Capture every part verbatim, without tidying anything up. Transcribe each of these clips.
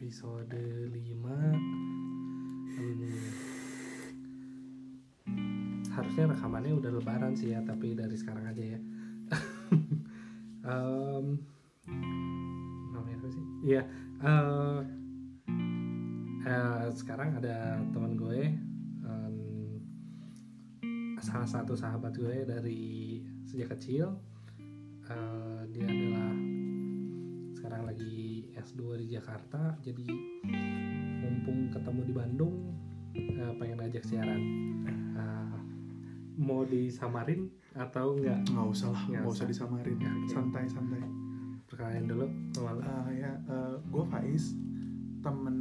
episode lima. hmm, Harusnya rekamannya udah lebaran sih ya, tapi dari sekarang aja ya. um, namanya apa sih? Iya, uh, uh, sekarang ada teman gue, um, salah satu sahabat gue dari sejak kecil. Uh, dia adalah sekarang lagi S dua di Jakarta, jadi mumpung ketemu di Bandung, uh, pengen ajak siaran. Uh, mau disamarin atau enggak? Nggak usah lah, nggak usah disamarin. Ya, okay. Santai-santai. Perkenalin dulu. Uh, ya, uh, gue Faiz, temen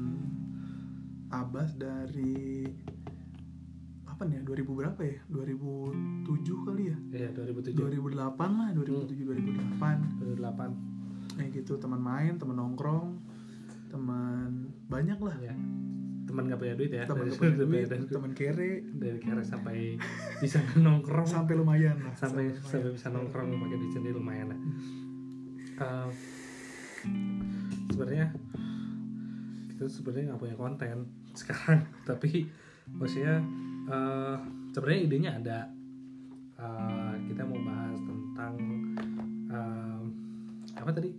Abbas dari apa nih? dua ribu berapa ya? dua ribu tujuh kali ya? Iya, dua ribu tujuh. dua ribu delapan lah, dua ribu tujuh dua ribu delapan. dua ribu delapan. Kayak gitu, teman main, teman nongkrong, teman banyak lah. Ya. Teman nggak punya duit ya. Teman nggak punya duit, teman kere. Dari kere sampai bisa nongkrong. Sampai lumayan lah. Sampai sampai, sampai bisa nongkrong pakai duit sendiri lumayan lah. Uh, sebenarnya kita sebenarnya nggak punya konten sekarang, tapi maksudnya uh, sebenarnya idenya ada. Uh, kita mau bahas tentang uh, apa tadi?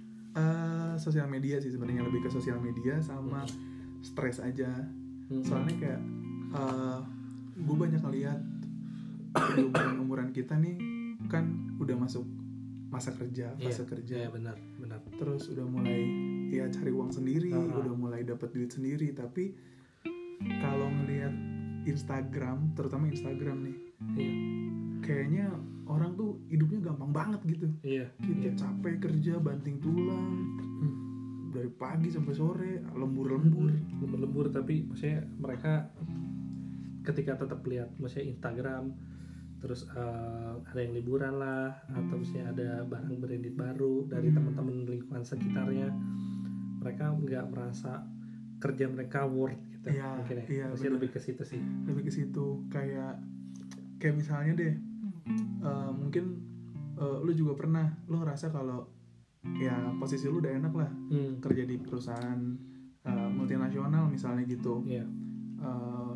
Uh, sosial media sih sebenarnya, lebih ke sosial media sama hmm. stres aja. Hmm. Soalnya kayak uh, gue banyak ngeliat umuran-umuran kita nih kan udah masuk masa kerja, fase iya, kerja. Iya, benar, benar. Terus udah mulai ya cari uang sendiri, uh-huh. udah mulai dapat duit sendiri, tapi kalau ngelihat Instagram, terutama Instagram nih, iya. kayaknya orang tuh hidupnya gampang banget gitu. Iya. Kita iya. capek kerja, banting tulang, hmm. dari pagi sampai sore, lembur-lembur, lembur-lembur, tapi maksudnya mereka ketika tetap lihat, maksudnya Instagram, terus uh, ada yang liburan lah, atau misalnya ada barang branded baru dari hmm. teman-teman lingkungan sekitarnya, mereka nggak merasa kerja mereka worth gitu. Iya, mungkin ya. Iya, Maksudnya lebih ke situ sih. Lebih ke situ, kayak kayak misalnya deh, uh, mungkin uh, lu juga pernah, lu ngerasa kalau ya posisi lu udah enak lah, hmm. kerja di perusahaan uh, multinasional misalnya gitu. Iya. Uh,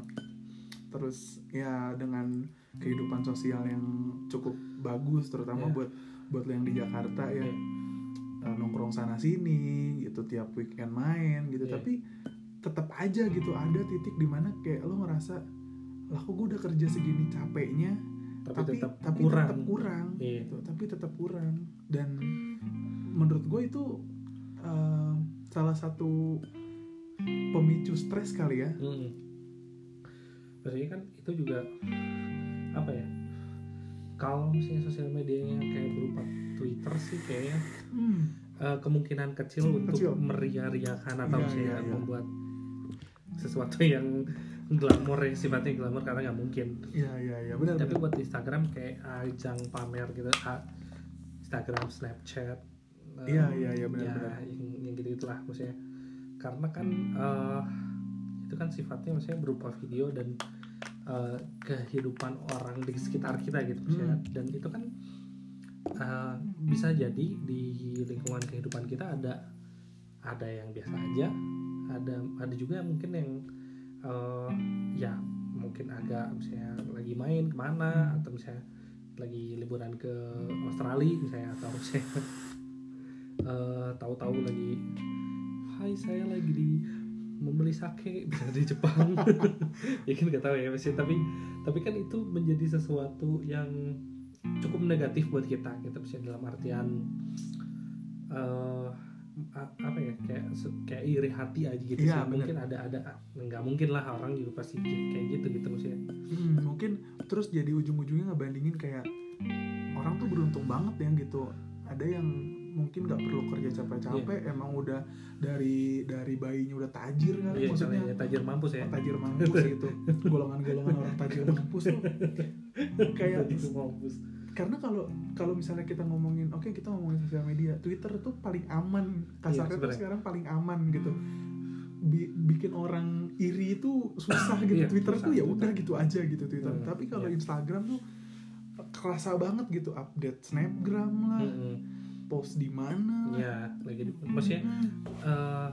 terus ya dengan kehidupan sosial yang cukup bagus, terutama yeah. buat buat lo yang di Jakarta ya, yeah. uh, nongkrong sana sini gitu tiap weekend main gitu, yeah. tapi tetap aja gitu ada titik dimana kayak lo ngerasa lah kok gue udah kerja segini capeknya, tapi, tapi tetap tapi kurang, tetap kurang yeah. gitu, tapi tetap kurang. Dan menurut gue itu uh, salah satu pemicu stres kali ya. Hmm. Maksudnya kan itu juga apa ya, kalau misalnya sosial medianya kayak berupa Twitter sih kayaknya hmm. uh, kemungkinan kecil, kecil untuk meriah-riahkan atau ya, misalnya ya, ya. membuat sesuatu yang glamor, yang sifatnya glamor, karena nggak mungkin. Iya iya iya benar. Tapi benar. buat Instagram kayak ajang pamer gitu, Instagram, Snapchat. Iya um, iya iya benar ya, benar. Yang, yang gitu itulah maksudnya. Karena kan uh, itu kan sifatnya maksudnya berupa video dan uh, kehidupan orang di sekitar kita gitu misalnya. Hmm. Dan itu kan uh, bisa jadi di lingkungan kehidupan kita ada ada yang biasa aja, ada ada juga mungkin yang uh, ya mungkin agak misalnya lagi main kemana, atau misalnya lagi liburan ke Australia misalnya, atau misalnya uh, tahu-tahu lagi hai saya lagi di membeli sake bisa di Jepang. Ya kan nggak tahu ya masih, tapi tapi kan itu menjadi sesuatu yang cukup negatif buat kita gitu, misalnya dalam artian uh, apa ya, kayak kayak iri hati aja gitu ya, sih. Mungkin ada ada nggak mungkin lah orang juga pasti kayak gitu gitu maksudnya. Hmm, mungkin terus jadi ujung-ujungnya ngebandingin kayak orang tuh beruntung banget ya gitu. Ada yang mungkin nggak perlu kerja capek-capek, yeah. emang udah dari dari bayinya udah tajir kan, yeah, maksudnya ya, tajir mampus ya, tajir mampus gitu, golongan-golongan orang tajir mampus tuh kayak mampus. Karena kalau kalau misalnya kita ngomongin, oke okay, kita ngomongin sosial media, Twitter tuh paling aman kasarnya, yeah, tuh sekarang paling aman gitu. Bi- bikin orang iri itu susah gitu. Yeah, Twitter susah, tuh ya udah gitu aja gitu Twitter. Hmm, Tapi kalau yeah. Instagram tuh kerasa banget gitu, update snapgram lah, hmm. post di mana, ya lagi di, maksudnya uh,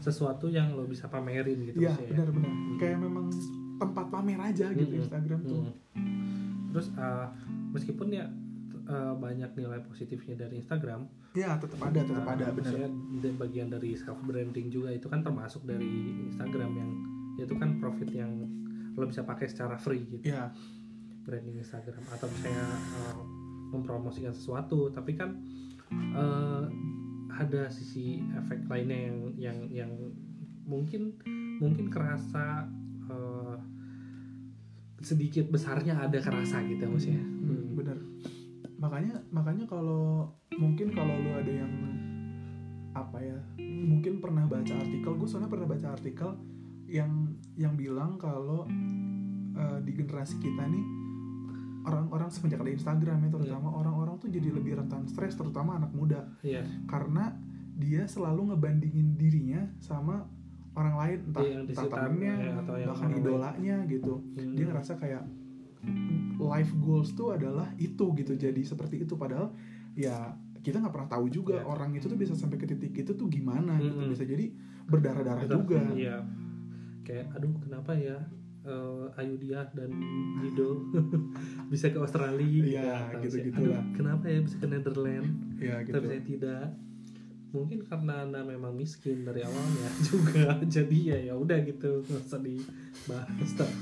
sesuatu yang lo bisa pamerin gitu. Iya, maksudnya. benar-benar. Hmm. Kayak memang tempat pamer aja gitu hmm. Instagram tuh. Hmm. Terus uh, meskipun ya uh, banyak nilai positifnya dari Instagram. Ya, tetap ada, tetap uh, ada, benar. Maksudnya bagian dari self branding juga itu kan termasuk dari Instagram yang itu kan profit yang lo bisa pakai secara free gitu. Iya. Branding Instagram atau misalnya uh, mempromosikan sesuatu, tapi kan uh, ada sisi efek lainnya yang yang yang mungkin mungkin kerasa uh, sedikit besarnya ada kerasa gitu maksudnya. Hmm, hmm. Bener. Makanya makanya kalau mungkin kalau lu ada yang apa ya, mungkin pernah baca artikel, gue soalnya pernah baca artikel yang yang bilang kalau uh, di generasi kita nih orang-orang semenjak ada Instagram ya terutama yeah. orang-orang tuh jadi lebih rentan stres, terutama anak muda yeah. karena dia selalu ngebandingin dirinya sama orang lain, entah, yeah, entah temennya ya, bahkan idolanya lain. Gitu hmm. dia ngerasa kayak life goals tuh adalah itu gitu, jadi seperti itu, padahal ya kita nggak pernah tahu juga yeah. orang itu tuh bisa sampai ke titik itu tuh gimana hmm. gitu, bisa jadi berdarah-darah Betul. juga yeah. kayak aduh kenapa ya Uh, Ayu Diah dan Dido bisa ke Australia ya, ya gitu-gitu lah. Kenapa ya bisa ke Netherlands ya, gitu. Tapi saya tidak. Mungkin karena Anda memang miskin dari awalnya juga. Jadi ya ya udah gitu, nggak usah dibahas tapi.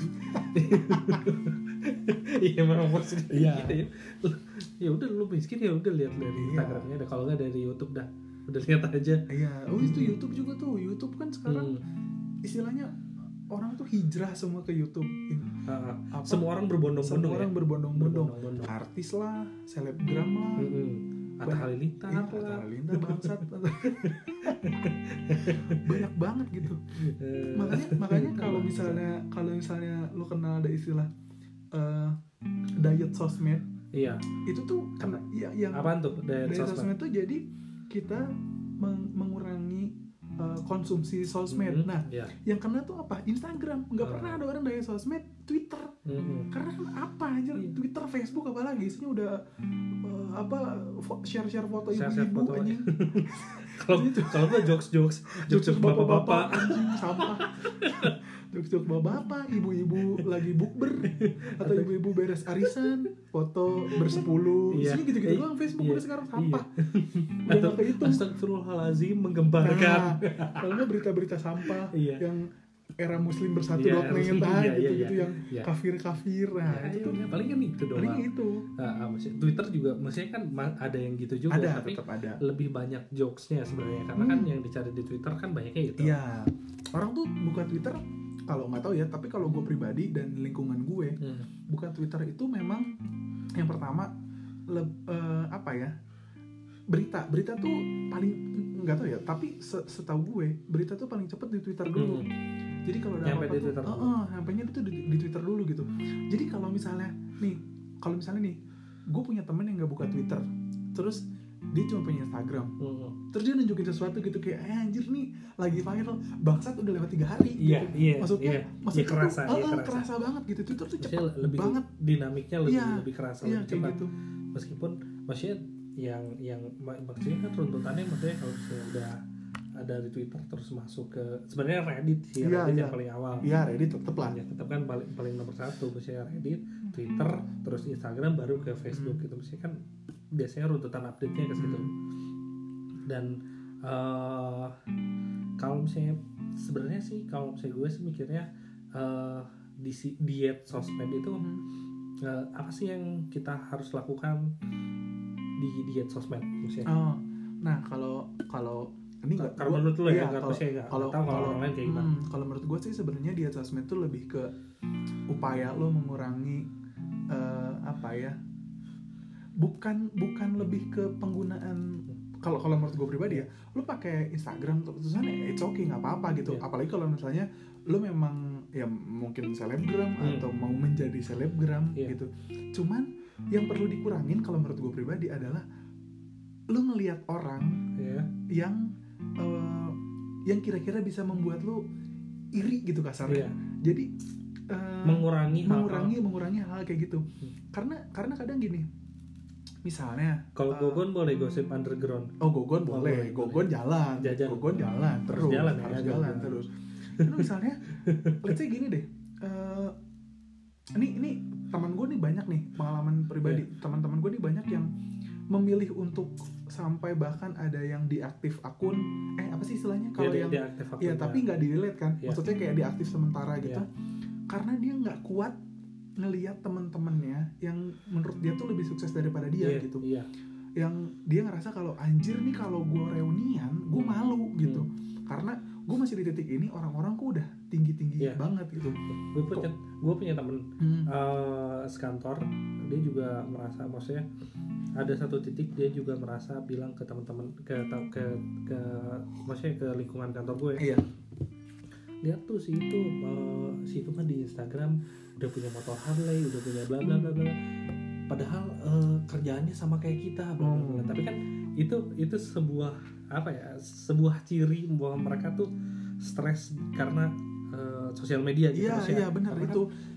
Iya memang maksudnya ya. Gitu ya. Ya udah lu miskin ya udah lihat dari Instagramnya, ya. Kalau nggak dari YouTube dah, udah lihat aja. Iya, oh itu YouTube juga tuh. YouTube kan sekarang hmm. istilahnya orang tuh hijrah semua ke YouTube. Uh, Apa? Semua orang berbondong-bondong. Semua orang ya? berbondong-bondong. Artis lah, selebgram lah. Mm-hmm. Atta Halilintar lah. Atta Halilintar bangsat. Banyak banget gitu. Uh, makanya makanya kalau misalnya kalau misalnya lu kenal ada istilah uh, diet sosmed. Iya. Itu tuh kena ya, yang apaan tuh diet, diet sosmed? sosmed tuh jadi kita meng- mengurangi Uh, konsumsi sosmed. Mm-hmm. Nah, yeah. yang kena tuh apa? Instagram. Nggak uh. pernah ada orang dari sosmed, Twitter. Mm-hmm. Karena kan apa aja, yeah. Twitter, Facebook apalagi isinya udah uh, apa fo- share-share foto ibu-ibu anjing. Kalau kalau tuh jokes-jokes, jokes-jokes bapak-bapak anjing sampah. Jokes-jokes bapak-bapak, ibu-ibu lagi bukber atau ibu-ibu beres arisan, foto bersepuluh. Isinya yeah. gitu-gitu doang. Facebook yeah. udah sekarang sampah. Yeah. Udah enggak itu. Astagfirullahalazim menggembarkan. Nah, kalau nggak berita-berita sampah yeah. yang era muslim bersatu yeah, dot net yeah, gitu yeah, gitu yeah, yang yeah. kafir-kafir. Nah, yeah, itu tuh yeah, paling kan itu doang. Paling itu. Nah, maksudnya Twitter juga maksudnya kan ada yang gitu juga, ada, tapi ada. lebih banyak jokesnya sebenarnya karena hmm. kan yang dicari di Twitter kan banyaknya itu. Iya. Orang tuh buka Twitter kalau nggak tahu ya, tapi kalau gue pribadi dan lingkungan gue hmm. buka Twitter itu memang yang pertama le, uh, apa ya? berita berita tuh paling nggak tahu ya, tapi setahu gue berita tuh paling cepet di Twitter dulu. Hmm. Jadi kalau ada apa-apa di tuh, Twitter. uh, uh, sampainya itu di, di Twitter dulu gitu. Jadi kalau misalnya nih, kalau misalnya nih, gue punya temen yang nggak buka Twitter, terus dia cuma punya Instagram, hmm. terus dia nunjukin sesuatu gitu kayak, eh, anjir nih lagi viral, bangsat udah lewat tiga hari. Iya, gitu. iya. Maksudnya, iya. maksudnya iya, kerasa, tuh, iya, uh, kerasa. kerasa banget gitu. Twitter tuh cepet lebih banget, dinamiknya lebih iya, lebih kerasa, iya, lebih cepat. Gitu. Meskipun maksudnya yang yang maksudnya kan runtutannya maksudnya kalau misalnya udah ada di Twitter terus masuk ke sebenarnya Reddit sih, ya, Reddit ya. yang paling awal. Iya, Reddit tetep lah. Ya, tetap kan paling paling nomor satu misalnya Reddit, Twitter, terus Instagram, baru ke Facebook hmm. gitu. Misalnya kan biasanya runtutan update-nya ke situ. Hmm. Dan uh, kalau misalnya sebenarnya sih kalau misalnya gue sih mikirnya uh, di diet sosmed itu hmm. uh, apa sih yang kita harus lakukan di diet sosmed misalnya? Oh, nah kalau kalau ini nggak kalau menurut lo ya, iya, kalau kalau kalau orang lain kayak gimana? Hmm, kalau menurut gue sih sebenarnya diet sosmed tuh lebih ke upaya lo mengurangi uh, apa ya? Bukan bukan lebih ke penggunaan. Kalau kalau menurut gue pribadi ya, lo pakai Instagram terusannya it's okay, nggak apa-apa gitu. Yeah. Apalagi kalau misalnya lo memang ya mungkin selebgram hmm. atau mau menjadi selebgram yeah. gitu. Cuman yang perlu dikurangin kalau menurut gue pribadi adalah lo ngelihat orang yeah. yang uh, yang kira-kira bisa membuat lo iri gitu kasarnya. Yeah. Jadi uh, mengurangi mengurangi hal-hal. mengurangi hal kayak gitu. Hmm. Karena karena kadang gini. misalnya Kalau uh, Gogon boleh gosip underground. oh Gogon Oh, boleh, boleh, Gogon boleh. jalan, Jajan. Gogon jalan terus, Harus jalan ya, harus jalan. jalan terus. Itu misalnya, let's say gini deh, uh, ini ini teman gue nih banyak nih pengalaman pribadi, Yeah. teman-teman gue nih banyak yang memilih untuk sampai bahkan ada yang diaktif akun, eh apa sih istilahnya kalau Dia- yang, dia aktif ya akunnya. tapi nggak di-delete kan, Yeah. maksudnya kayak diaktif sementara gitu, Yeah. karena dia nggak kuat ngelihat teman-temannya yang menurut dia tuh lebih sukses daripada dia Iya, gitu. Iya. Yang dia ngerasa kalau anjir nih kalau gue reunian gue malu gitu, karena gue masih di titik ini, orang-orang kok udah tinggi-tinggi Iya. banget gitu. Gue punya gue punya temen Hmm. uh, sekantor, dia juga merasa, maksudnya ada satu titik dia juga merasa bilang ke teman-teman, ke ke ke maksudnya ke lingkungan kantor gue, Iya. lihat tuh si itu uh, si itu kan di Instagram udah punya motor Harley, udah punya bla bla bla bla, padahal uh, kerjaannya sama kayak kita bla bla bla. Oh. Tapi kan itu itu sebuah apa ya, sebuah ciri bahwa mereka tuh stres karena uh, sosial media gitu. Iya Maksudnya, iya benar karena itu. kan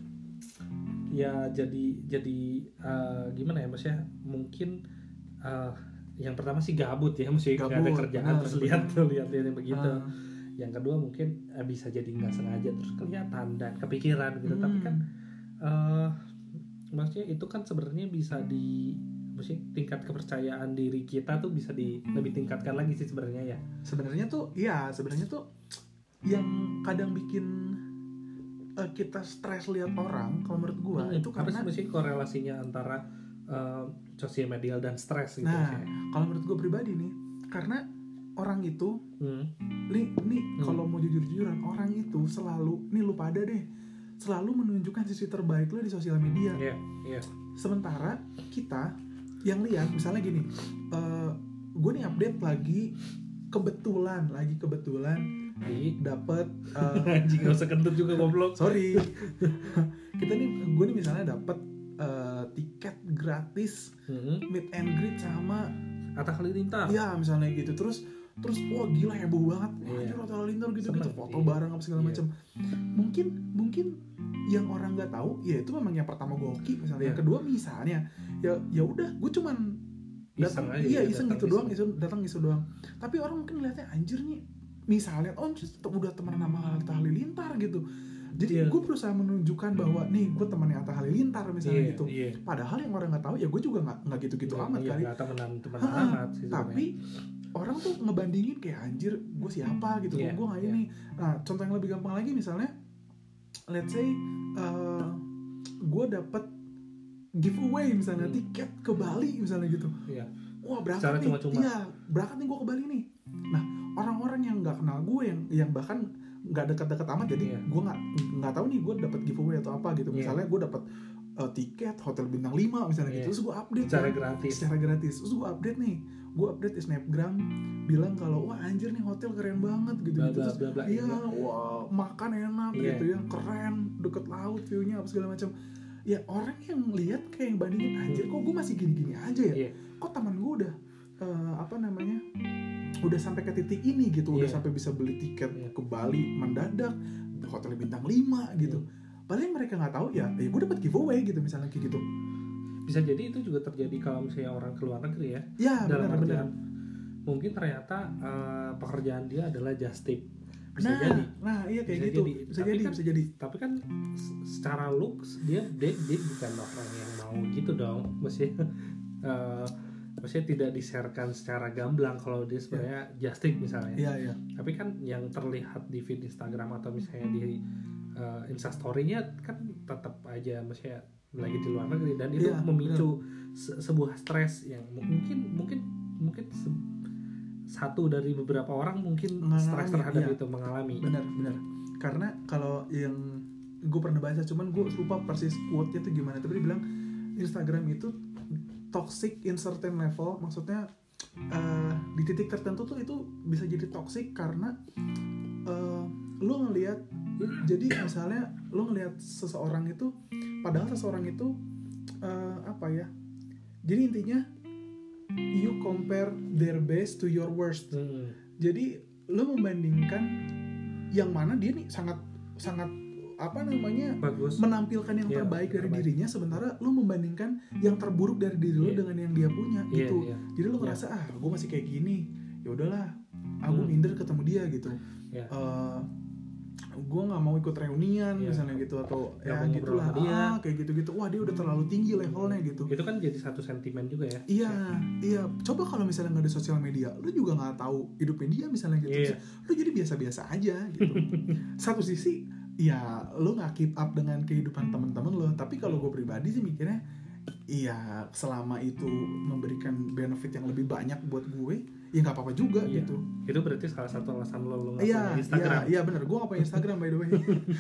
ya jadi jadi uh, gimana ya, maksudnya mungkin uh, yang pertama sih gabut ya, mesti nggak ada Gabut, kerjaan benar, terus benar. lihat tuh lihat lihat yang begitu. Ah. Yang kedua mungkin eh, bisa jadi nggak sengaja terus kelihatan dan kepikiran gitu. Hmm. Tapi kan uh, maksudnya itu kan sebenarnya bisa di, maksudnya tingkat kepercayaan diri kita tuh bisa di lebih tingkatkan lagi sih sebenarnya ya. Sebenarnya tuh, iya sebenarnya tuh yang kadang bikin uh, kita stres lihat orang, kalau menurut gua Hmm, itu apa karena, sih mesti korelasinya antara uh, sosial media dan stres gitu. nah maksudnya. kalau menurut gua pribadi nih, karena orang itu, Hmm. nih, nih Hmm. kalau mau jujur-jujuran, orang itu selalu, nih lu pada deh, selalu menunjukkan sisi terbaik lu di sosial media. Iya, iya. Sementara kita yang lihat, misalnya gini, uh, gue nih update lagi kebetulan, lagi kebetulan Di dapet uh, anjing gak usah kentut juga goblok. sorry, kita nih, gue nih misalnya dapet uh, tiket gratis Hmm. meet and greet sama, Atta Halilintar. ya misalnya gitu, terus terus wah gila heboh banget, wah Iya. anjir Atta Halilintar gitu gitu, Seneng, foto iya. bareng apa segala Iya. macam. Mungkin mungkin yang orang nggak tahu, ya itu memang yang pertama gue hoki misalnya, Iya. yang kedua misalnya, ya ya udah gue cuman Iseng datang, aja iya ya, iseng datang gitu iseng. doang, isu datang isu doang. Tapi orang mungkin lihatnya anjir nih, misalnya oh just udah temenan sama Atta Halilintar gitu. Jadi Iya. gue berusaha menunjukkan bahwa nih gue temannya Atta Halilintar misalnya Iya, gitu. iya. Padahal yang orang nggak tahu, ya gue juga nggak nggak gitu-gitu Iya, amat iya, kali. nggak temenan temenan Ah, amat sih sebenarnya. Tapi orang tuh ngebandingin kayak anjir gue siapa gitu, Iya, kok gue nggak iya. ini. Nah contoh yang lebih gampang lagi misalnya, let's say uh, gue dapet giveaway misalnya, Hmm. tiket ke Bali misalnya gitu. Iya. Wah berangkat Secara nih, cuma-cuma. iya berangkat nih gue ke Bali nih. Nah orang-orang yang nggak kenal gue, yang yang bahkan nggak dekat-dekat amat, jadi Iya. gue nggak nggak tahu nih gue dapet giveaway atau apa gitu. Iya. Misalnya gue dapet uh, tiket hotel bintang lima misalnya gitu, Iya. terus gue update Secara kan, gratis. secara gratis, terus gue update nih, gue update di snapgram bilang kalau wah anjir nih hotel keren banget gitu Bla, gitu, bla, terus bla, bla, iya iya. wah makan enak Iya. gitu ya, keren, deket laut viewnya apa segala macam. Ya orang yang lihat kayak yang bandingin, anjir kok gue masih gini-gini aja ya, Iya. kok teman gue udah eh, apa namanya udah sampai ke titik ini gitu, udah Iya. sampai bisa beli tiket Iya. ke Bali mendadak, hotel bintang lima gitu. Padahal yang mereka nggak tahu ya, ya gue dapat giveaway gitu misalnya kayak gitu. Bisa jadi itu juga terjadi kalau misalnya orang ke luar negeri ya. Ya Dalam benar benar. artian mungkin ternyata uh, pekerjaan dia adalah just tip. Bisa Nah, jadi. nah iya kayak Bisa gitu. jadi. Bisa Tapi jadi, kan- bisa jadi. Tapi kan s- secara looks dia dia, dia bukan orang yang mau gitu dong. Maksudnya uh, maksudnya tidak di-sharekan secara gamblang kalau dia sebenarnya just tip misalnya. Iya iya. Tapi kan yang terlihat di feed Instagram atau misalnya di uh, Instastory-nya kan tetap aja maksudnya lagi di luar negeri, dan itu Iya, memicu se- sebuah stres yang mungkin mungkin mungkin se- satu dari beberapa orang mungkin Mengalami, stres terhadap iya. itu mengalami. Benar benar. Karena kalau yang gue pernah baca, cuman gue lupa persis quote-nya tuh gimana, tapi dia bilang Instagram itu toxic in certain level, maksudnya uh, di titik tertentu tuh itu bisa jadi toxic karena uh, lu ngelihat, jadi misalnya lu ngelihat seseorang itu, padahal seseorang itu uh, apa ya, jadi intinya you compare their best to your worst. Hmm. Jadi lu membandingkan yang mana dia nih sangat sangat apa namanya bagus, menampilkan yang yeah, terbaik dari terbaik. dirinya, sementara lo membandingkan yang terburuk dari diri lo Yeah. dengan yang dia punya Yeah, gitu. yeah. Jadi lo Yeah. ngerasa ah gue masih kayak gini, ya udahlah, aku Hmm. minder ketemu dia gitu. Yeah. Uh, gue nggak mau ikut reunian Yeah. misalnya gitu, atau Gak ya mau ngobrol gitulah, sama dia. ah kayak gitu-gitu. Wah dia udah terlalu tinggi levelnya gitu. Itu kan jadi satu sentimen juga ya. Iya, iya. Coba kalau misalnya nggak ada sosial media, lu juga nggak tahu hidupnya dia misalnya gitu. Iya. Lu jadi biasa-biasa aja gitu. Satu sisi, ya lu nggak keep up dengan kehidupan teman-teman lo. Tapi kalau gue pribadi sih mikirnya, iya selama itu memberikan benefit yang lebih banyak buat gue, ya nggak apa-apa juga Iya. gitu. Itu berarti salah satu alasan lo lo nggak Iya, punya iya, Instagram. iya bener. Gue nggak punya Instagram by the way.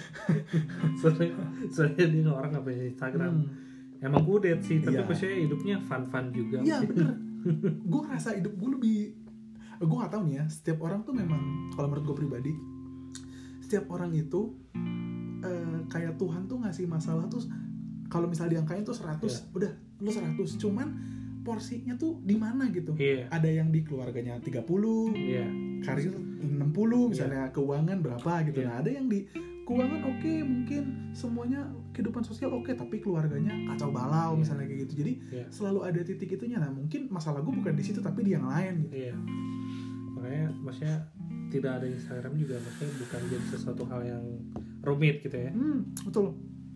Soalnya soalnya dia orang nggak punya Instagram. Hmm. Emang kudet sih, tapi Iya. maksudnya hidupnya fun-fun juga. Iya bener. Gue ngerasa hidup gue lebih, gue nggak tahu nih ya. Setiap orang tuh memang, kalau menurut gue pribadi, setiap orang itu eh, kayak Tuhan tuh ngasih masalah tuh, kalau misalnya diangkain tuh seratus, udah lu seratus. Cuman porsinya tuh di mana gitu. Iya. Ada yang di keluarganya tiga puluh, Iya. karir enam puluh misalnya, keuangan berapa gitu. Iya. Nah, ada yang di keuangan oke, mungkin semuanya kehidupan sosial oke, tapi keluarganya kacau balau Iya. misalnya kayak gitu. Jadi Iya. selalu ada titik itunya. Nah, mungkin masalah gue bukan di situ tapi di yang lain gitu. Iya. Makanya maksudnya tidak ada Instagram juga maksudnya bukan jadi sesuatu hal yang rumit gitu ya. Hmm, betul.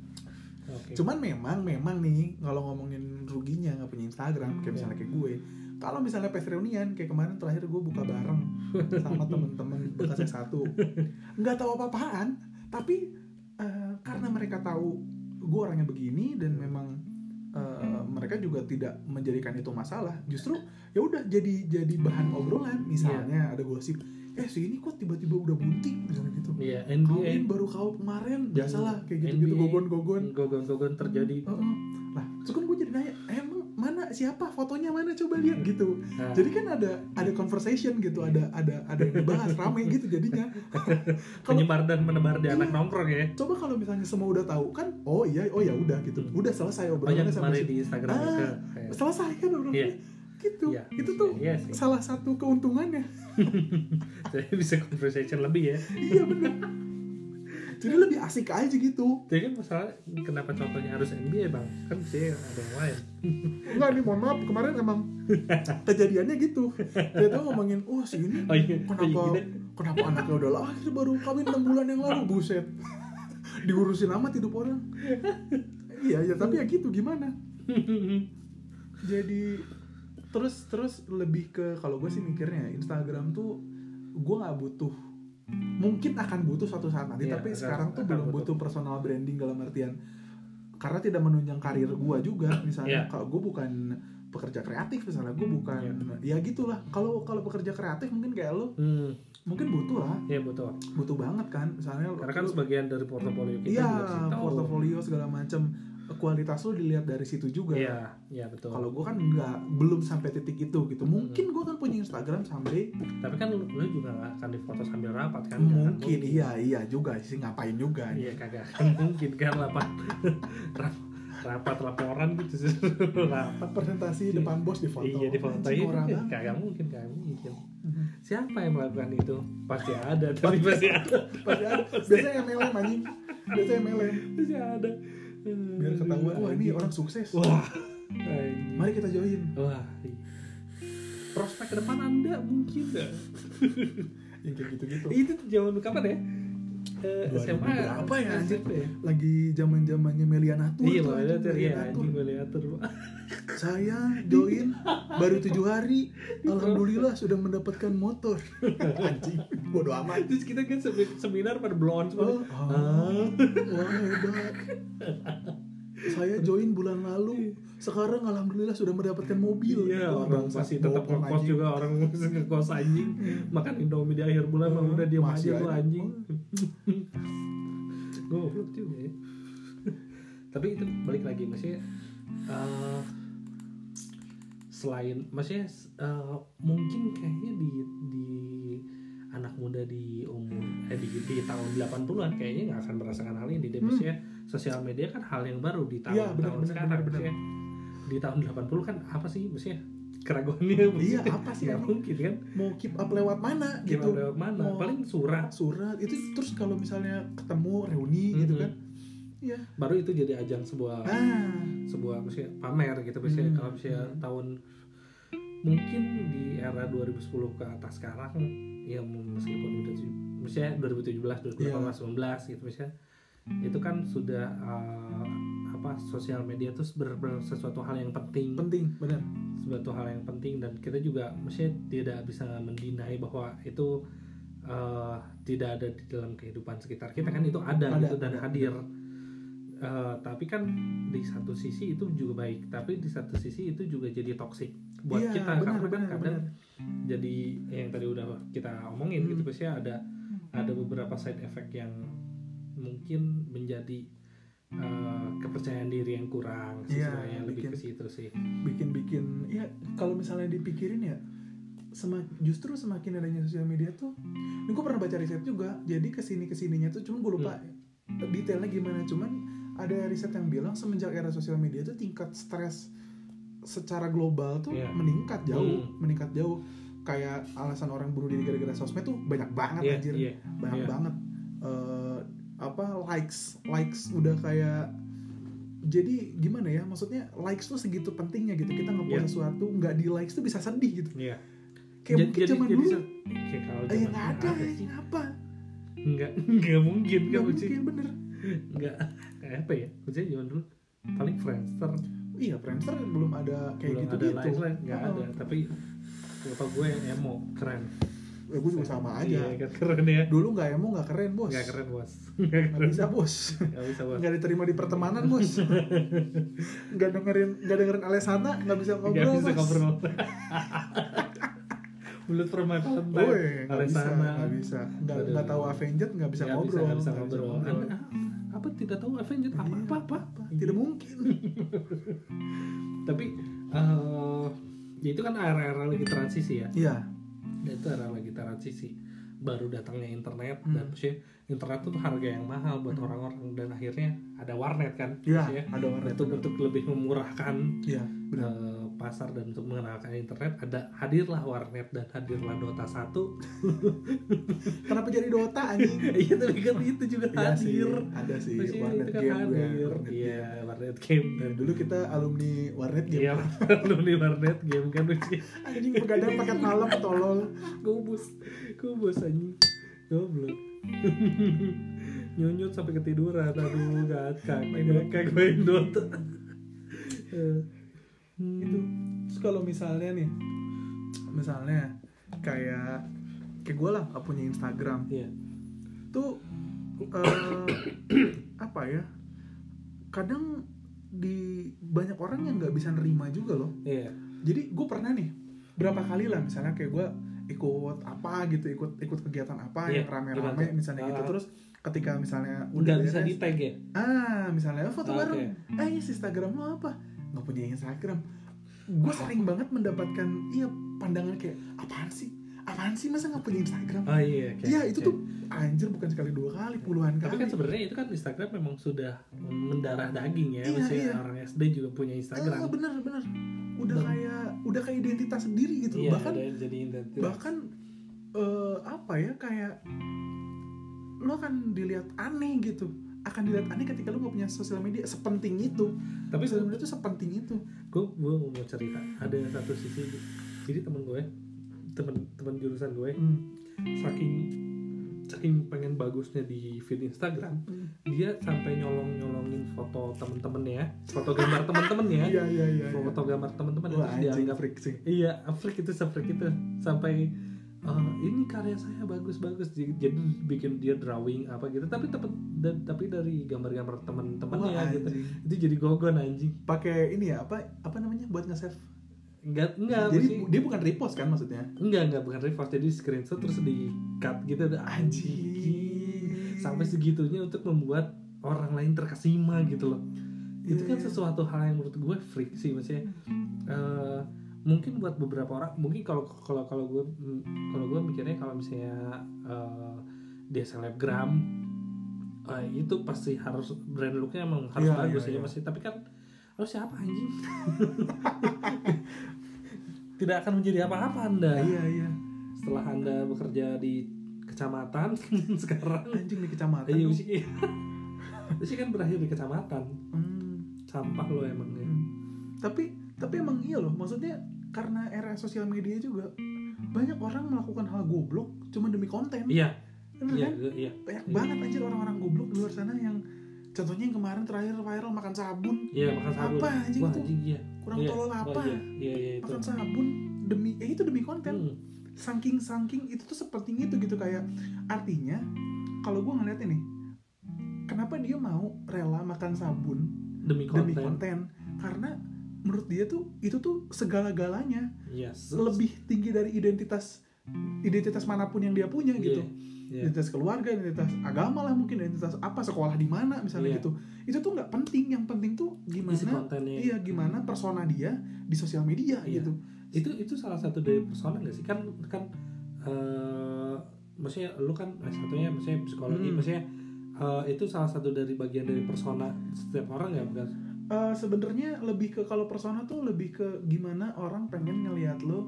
Oke. Cuman memang memang nih kalau ngomongin ruginya nggak punya Instagram, kayak misalnya kayak gue, kalau misalnya pas reunian kayak kemarin terakhir gue buka bareng sama temen-temen bekas S satu, nggak tahu apa-apaan, tapi uh, karena mereka tahu gue orangnya begini dan memang uh, mereka juga tidak menjadikan itu masalah, justru ya udah jadi jadi bahan obrolan. Misalnya ada gosip, eh si ini kok tiba-tiba udah bunting misalnya gitu. Iya, N B A Kawin baru kawin kemarin, biasalah kayak gitu-gitu, N B A, gogon-gogon. gogon-gogon terjadi. Uh, uh. Lah, terus kan gue jadi nanya, emang mana siapa fotonya mana coba lihat gitu. Nah. Jadi kan ada ada conversation gitu, ada ada ada yang dibahas rame gitu jadinya. Kalau Penyebar dan menebar di Iya. anak nongkrong ya. coba kalau misalnya semua udah tahu kan, oh iya, oh ya udah gitu, udah selesai Banyak obrolannya sampai kemarin situ. di Instagram Ah, juga. Selesai kan obrolannya. Iya. Gitu. Iya. Itu tuh Iya sih. salah satu keuntungannya. Jadi bisa conversation lebih ya. Iya benar. Jadi lebih asik aja gitu. Jadi kan masalah kenapa contohnya harus N B A bang? Kan sih ada yang lain. Enggak nih, mohon maaf, kemarin emang kejadiannya gitu. Dia tuh ngomongin, oh si ini Oh iya. kenapa Iya. kenapa anaknya udah lahir baru kawin enam bulan yang lalu, buset. Diurusin amat hidup orang. Iya, ya tapi ya gitu gimana? Jadi terus terus lebih ke, kalau gue sih mikirnya Instagram tuh gue nggak butuh, mungkin akan butuh suatu saat nanti, Iya, tapi akan- sekarang tuh akan belum butuh. butuh personal branding dalam artian karena tidak menunjang karir gue juga. Misalnya Iya. kalau gue bukan pekerja kreatif, misalnya gue bukan ya gitulah. Kalau kalau pekerja kreatif mungkin kayak lo Hmm, mungkin butuh lah, iya betul. butuh banget kan. Misalnya Karena kan lo- sebagian dari portofolio kita iya, juga sih tahu. portofolio segala macam, kualitas lo dilihat dari situ juga. Iya, iya betul. Kalau gue kan nggak, belum sampai titik itu gitu. Mungkin gue kan punya Instagram sampai Tapi kan lu, lu juga gak akan difoto sambil rapat kan? Nggak akan mungkin, iya iya juga sih, ngapain juga. Iya kagak akan mungkin kan rapat Rap- rapat laporan gitu sih. Rapat Presentasi depan bos di foto. iya di foto Anjing, norak iya banget. kagak mungkin kagak mungkin. Mhm. Siapa yang melakukan itu? Pasti ada, tapi pasti ada. Pasti ada. Biasanya M L M anjing. Biasanya M L M. Pasti ada. Biar ketahuan, wah ini orang sukses. Wah. Anjing. Mari kita join. Wah. iya. Prospek ke depan Anda mungkin enggak? Yang kayak gitu-gitu. Itu zaman kapan ya? Eh, dua S M ribu A berapa ya, anjir? S M P ya? Lagi zaman-zamannya Melianatur. Iya, tuh, anjing, Meliatur ya, Melianatur. anjing Meliatur. Saya join baru tujuh hari, alhamdulillah sudah mendapatkan motor. Anjing, bodo amat. Terus kita kan semi- seminar pada blow on semua. Oh, ah, wah hebat. Saya join bulan lalu, sekarang alhamdulillah sudah mendapatkan mobil. Iya, Wah, orang bangsat, masih tetap bohong, ngekos anjing. juga, orang masih ngekos anjing. Makan Indomie di akhir bulan mah Hmm, udah diam masih aja lu ada. anjing. Goblok juga ya. Tapi itu balik lagi maksudnya eh, selain maksudnya eh, mungkin kayaknya di di anak muda di umur eh di, di tahun delapan puluhan kayaknya nggak akan merasakan hal ini deh. Hmm. Maksudnya sosial media kan hal yang baru di Iya, tahun benar, tahun benar, sekarang benar, benar. maksudnya. Di tahun delapan puluh kan apa sih maksudnya keraguannya iya apa sih nggak mungkin kan mau keep up lewat mana keep gitu up lewat mana mau paling surat surat itu terus kalau misalnya ketemu reuni mm-hmm. gitu kan iya baru itu jadi ajang sebuah ah. sebuah misalnya pamer gitu misalnya hmm. kalau misalnya hmm. tahun mungkin di era dua ribu sepuluh ke atas sekarang ya meskipun udah misalnya dua ribu tujuh belas dua ribu delapan belas yeah. sembilan belas gitu misalnya itu kan sudah uh, apa sosial media itu benar-benar sesuatu hal yang penting penting benar sesuatu hal yang penting dan kita juga mestinya tidak bisa mendinai bahwa itu uh, tidak ada di dalam kehidupan sekitar kita kan itu ada, ada gitu dan ada, hadir uh, tapi kan di satu sisi itu juga baik tapi di satu sisi itu juga jadi toksik buat iya, kita benar, karena kan kadang benar. Jadi yang tadi udah kita omongin hmm. gitu biasanya ada ada beberapa side effect yang mungkin menjadi uh, kepercayaan diri yang kurang sih ya, sebenarnya lebih ke situ sih bikin-bikin ya kalau misalnya dipikirin ya semak, justru semakin adanya sosial media tuh ini gue pernah baca riset juga jadi kesini kesininya tuh cuman gue lupa hmm. detailnya gimana cuman ada riset yang bilang semenjak era sosial media tuh tingkat stres secara global tuh yeah. meningkat jauh hmm. meningkat jauh kayak alasan orang bunuh diri gara-gara sosmed tuh banyak banget yeah, anjir yeah, banyak yeah. banget uh, apa likes likes udah kayak jadi gimana ya maksudnya likes tuh segitu pentingnya gitu kita ngepost yeah. sesuatu nggak di likes tuh bisa sedih gitu yeah. kayak mungkin zaman dulu kayak kalau ya nggak ada, ada sih apa nggak nggak mungkin nggak mungkin bener nggak kayak apa ya maksudnya zaman dulu paling Friendster iya Friendster belum ada kayak belum gitu ada gitu nggak oh. ada tapi kalau gue emo keren ya gue juga sama aja iya, keren ya dulu nggak emo nggak keren bos nggak keren bos nggak bisa bos nggak bisa bos nggak diterima di pertemanan bos nggak dengerin nggak dengerin Alessana nggak bisa ngobrol nggak bisa bos. ngobrol mulut permainan Alessana nggak bisa nggak nggak tahu Avenged nggak bisa gak ngobrol nggak bisa ngobrol, bisa ngobrol. Anda, apa tidak tahu Avenged apa iya, apa apa, apa. tidak mungkin tapi uh, ya itu kan era-era lagi transisi ya iya dan itu era lagi transisi baru datangnya internet hmm. dan maksudnya internet tuh harga yang mahal buat hmm. orang-orang dan akhirnya ada warnet kan iya ada warnet untuk untuk lebih memurahkan iya, uh, pasar dan untuk mengenalkan internet ada hadirlah warnet dan hadirlah Dota satu kenapa jadi Dota anjing iya tapi kan itu juga iya hadir sih, ada sih maksudnya warnet kan game hadir ya, warnet iya game. warnet game dan dulu kita alumni warnet game iya alumni warnet game kan anjing begadang paket malam tolol gubus gubus anjing goblok nyunyut sampai ketiduran aduh gak kayak kayak gue yang Dota hmm. itu terus kalau misalnya nih misalnya kayak kayak gue lah gak punya Instagram yeah. tuh uh, apa ya kadang di banyak orang yang nggak bisa nerima juga loh yeah. jadi gue pernah nih berapa kali lah misalnya kayak gue ikut apa gitu ikut ikut kegiatan apa yeah. yang rame-rame gimana? Misalnya uh, gitu terus ketika misalnya udah bisa di tag ya ah misalnya foto oh, baru okay. eh yes, Instagram lo apa nggak punya Instagram gue sering banget mendapatkan iya pandangan kayak apaan sih apaan sih masa nggak punya Instagram oh iya okay. iya itu okay. tuh anjir bukan sekali dua kali puluhan tapi kali tapi kan sebenarnya itu kan Instagram memang sudah mendarah daging ya iya, maksudnya iya. orang S D juga punya Instagram ah, bener bener udah Dan, kayak udah kayak identitas sendiri gitu iya, bahkan jadi identitas. bahkan uh, apa ya kayak lo akan dilihat aneh gitu akan dilihat aneh ketika lo gak punya sosial media sepenting itu tapi sosial media itu sepenting itu gue gue mau cerita ada satu sisi jadi temen gue temen temen jurusan gue hmm. saking saking pengen bagusnya di feed Instagram hmm. dia sampai nyolong nyolongin foto temen-temennya foto gambar temen-temennya iya, iya, iya, foto iya. gambar temen-temen wah anjing freak sih iya freak itu freak itu sampai Uh, ini karya saya bagus-bagus jadi bikin dia drawing apa gitu tapi temen, da, tapi dari gambar-gambar teman-temannya gitu itu jadi gogon anjing pakai ini ya apa apa namanya buat nge-save enggak enggak jadi masih, dia bukan repost kan maksudnya enggak enggak bukan repost jadi screenshot terus di cut gitu ada anjing sampai segitunya untuk membuat orang lain terkesima gitu loh yeah, itu kan yeah. sesuatu hal yang menurut gue freak sih maksudnya uh, mungkin buat beberapa orang mungkin kalau kalau kalau gue kalau gue mikirnya kalau misalnya uh, dia selebgram uh, itu pasti harus brand looknya emang harus yeah, bagus yeah, ya yeah. masih tapi kan harus siapa anjing tidak akan menjadi apa-apa Anda. Iya iya. Setelah Anda bekerja di kecamatan sekarang Anjing di kecamatan. iya tuh. sih. Itu sih kan berakhir di kecamatan. Hmm. Sampah lo emang ya. Hmm. Tapi tapi emang iya loh, maksudnya karena era sosial media juga banyak orang melakukan hal goblok cuma demi konten. Iya. Bener Iya, kan? iya, iya. Banyak banget anjir orang-orang goblok di luar sana yang contohnya yang kemarin terakhir viral makan sabun. Iya, makan sabun. Apa anjing Wah, itu? anjing iya. Kurang Iya. tolol apa? Wah, iya, iya, iya itu. Makan sabun demi eh itu demi konten. Hmm. Saking saking itu tuh seperti itu gitu, kayak artinya kalau gue ngeliatnya nih, kenapa dia mau rela makan sabun Demi konten. demi konten? Karena menurut dia tuh itu tuh segala-galanya, Yes. lebih tinggi dari identitas identitas manapun yang dia punya gitu. Iya. Identitas keluarga, identitas agama lah mungkin, identitas apa, sekolah di mana misalnya Iya. gitu. Itu tuh nggak penting, yang penting tuh Isi gimana kontennya. iya gimana persona dia di sosial media Iya. gitu. Itu itu salah satu dari persona nggak sih? Kan kan eh maksudnya lu kan S satunya maksudnya psikologi, Hmm. maksudnya eh, itu salah satu dari bagian dari persona setiap orang ya bukan? Uh, sebenarnya lebih ke, kalau persona tuh lebih ke gimana orang pengen ngelihat lo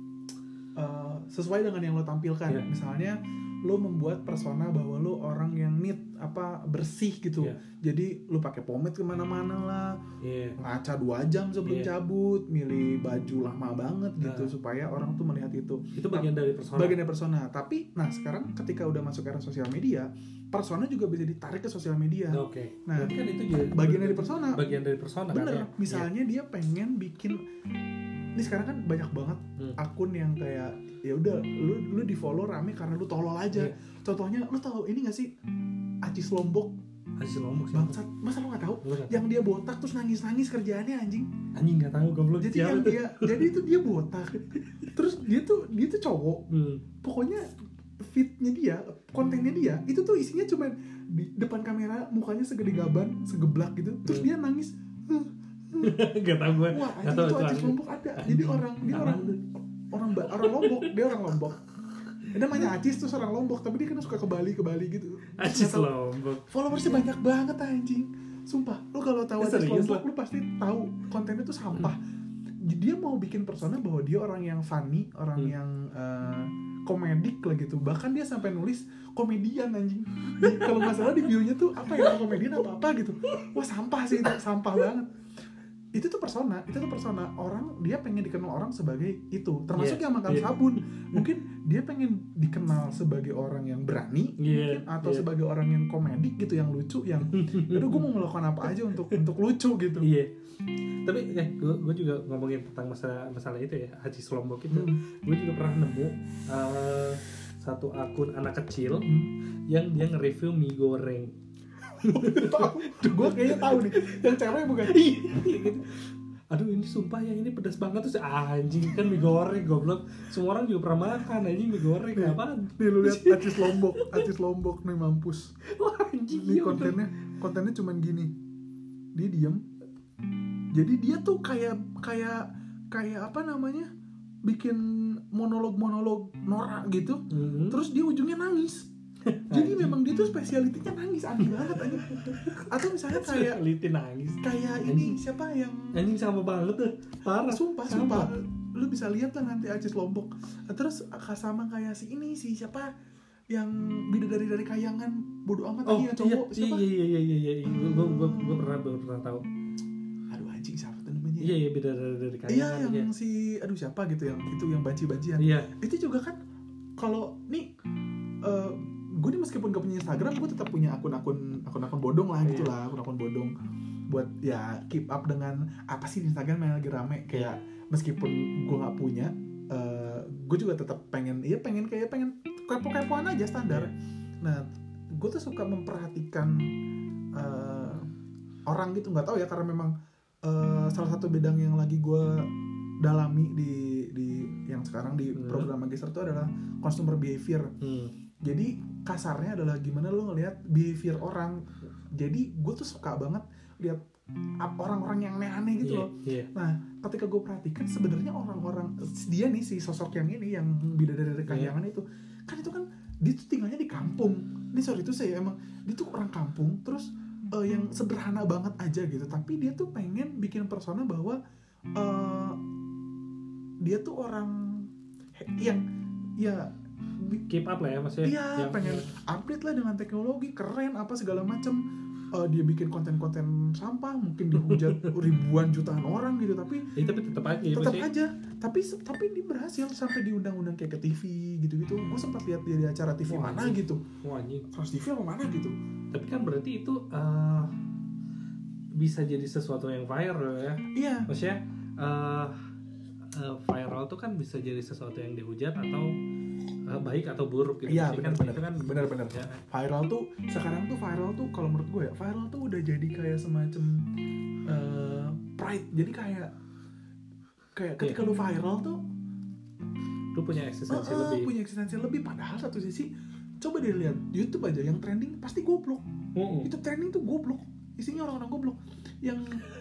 uh, sesuai dengan yang lo tampilkan. Yeah. Misalnya lo membuat persona bahwa lo orang yang neat, apa bersih gitu. Yeah. Jadi lo pakai pomade kemana-mana lah, Iya. ngaca dua jam sebelum Yeah. cabut, milih baju lama banget gitu Nah. supaya orang tuh melihat itu. Itu bagian dari persona. Bagian dari persona. Tapi nah sekarang ketika udah masuk era sosial media, persona juga bisa ditarik ke sosial media. Oke. Nah, Berarti kan itu juga bagian dari persona. Bagian dari persona kan Bener, ya? misalnya dia pengen bikin, ini sekarang kan banyak banget Hmm. akun yang kayak ya udah lu lu di follow rame karena lu tolol aja. Iya. Contohnya lu tahu ini gak sih Acis Lombok, Hasil lombok sih. bangsat, masa lu nggak tahu? Gua nggak tahu. Yang dia botak terus nangis nangis kerjaannya anjing. Anjing nggak tahu goblok. Jadi siapa yang tuh? dia jadi itu dia botak, terus dia tuh dia tuh cowok. Hmm. Pokoknya fitnya dia, kontennya dia itu tuh isinya cuma di depan kamera mukanya segede gaban, segeblak gitu. Terus Hmm. dia nangis. Gak tau gue. Wah, Gak anjing tau itu itu Acis anjing. Lombok ada. Jadi orang dia orang orang Ba- orang Lombok, dia orang Lombok. Dia namanya Acis tuh orang Lombok, tapi dia kan suka ke Bali ke Bali gitu. Acis Nggak tahu, lombok. followersnya banyak banget anjing. Sumpah, lu kalau tahu Eh, Acis serius Lombok, lah. lu pasti tahu kontennya tuh sampah. Dia mau bikin persona bahwa dia orang yang funny, orang Hmm. yang eh, komedik lah gitu. Bahkan dia sampai nulis komedian anjing. Di- Kalau nggak salah di bio-nya tuh apa ya, komedian apa apa gitu. Wah sampah sih itu, sampah banget. Itu tuh persona, itu tuh persona orang, dia pengen dikenal orang sebagai itu, termasuk Yeah, yang makan yeah. sabun. Mungkin dia pengen dikenal sebagai orang yang berani, Iya. mungkin, atau iya. sebagai orang yang komedik gitu, yang lucu, yang aduh gue mau melakukan apa aja untuk untuk lucu gitu. Iya. Tapi eh gue gue juga ngomongin tentang masalah masalah itu ya, Haji Lombok itu. Hmm. Gue juga pernah nemu eh, satu akun anak kecil Hmm. yang dia nge-review mie goreng. Gue kayaknya tahu nih, yang cewek bukan? Gitu. Aduh ini sumpah ya ini pedas banget terus ah, anjing kan mie goreng goblok. Semua orang juga pernah makan anjing mie goreng Nih, apaan? nih lu lihat Acis Lombok, Acis Lombok nih mampus. Wah anjing Ini iya, kontennya, kontennya cuman gini. Dia diem. Jadi dia tuh kayak kayak kayak apa namanya? Bikin monolog-monolog norak gitu. Mhm. Terus dia ujungnya nangis. Jadi memang dia tuh spesialitinya nangis, aneh banget anjing. Atau misalnya kayak Spesiality nangis. kayak ini siapa yang Anjing sama banget tuh. Parah. sumpah Sama. sumpah lu bisa lihat lah nanti Acis Lombok. Terus sama kayak si ini si siapa yang bidadari dari kayangan, bodo amat Oh lagi yang iya, cowok iya siapa? iya iya iya iya iya. Gue gue gue pernah gue pernah tahu. Aduh anjing siapa tuh namanya? Iya iya beda dari dari kayak Iya yang si aduh siapa gitu yang itu yang banci-bancian. Iya. Itu juga kan kalau nih uh, gue nih meskipun gak punya Instagram, gue tetap punya akun-akun akun-akun bodong lah gitu lah, akun-akun bodong buat ya keep up dengan apa sih di Instagram yang lagi rame. Kayak meskipun gue nggak punya, uh, gue juga tetap pengen, iya pengen kayak pengen kepo-kepoan aja standar. Nah, gue tuh suka memperhatikan uh, orang gitu, nggak tahu ya karena memang uh, salah satu bidang yang lagi gue dalami di di yang sekarang di Hmm. program magister itu adalah consumer behavior. Hmm. Jadi kasarnya adalah gimana lu ngelihat behavior orang. Jadi gue tuh suka banget lihat ap- orang-orang yang aneh-aneh gitu Iya, loh. iya. Nah, ketika gue perhatikan sebenarnya orang-orang dia nih si sosok yang ini yang bidadari dari kayangan itu, kan itu kan dia tuh tinggalnya di kampung. Ini sorry itu saya emang dia tuh orang kampung, terus uh, yang sederhana banget aja gitu. Tapi dia tuh pengen bikin persona bahwa uh, dia tuh orang yang ya keep up lah ya maksudnya. Iya, yang pengen update lah dengan teknologi, keren apa segala macam. Uh, dia bikin konten-konten sampah, mungkin dihujat ribuan jutaan orang gitu, tapi ya, tapi tetap aja tetap maksudnya. aja tapi tapi dia berhasil sampai diundang-undang kayak ke T V gitu-gitu. Gue sempat lihat dia di acara T V Wah, mana anjing. gitu, Wah anjing. Trans T V apa mana gitu. Tapi kan berarti itu uh, bisa jadi sesuatu yang viral ya. Iya, Maksudnya uh, uh, viral tuh kan bisa jadi sesuatu yang dihujat atau uh, baik atau buruk gitu. iya Maksudnya benar-benar, kan, itu kan benar-benar. ya, Viral tuh sekarang tuh viral tuh kalau menurut gue ya, viral tuh udah jadi kayak semacam uh, pride. Jadi kayak kayak ketika Iya. lu viral tuh lu punya eksistensi uh, uh, lebih. punya eksistensi lebih. Padahal satu sisi coba deh lihat YouTube aja yang trending pasti goblok. Mm-mm. Itu trending tuh goblok, isinya orang-orang goblok yang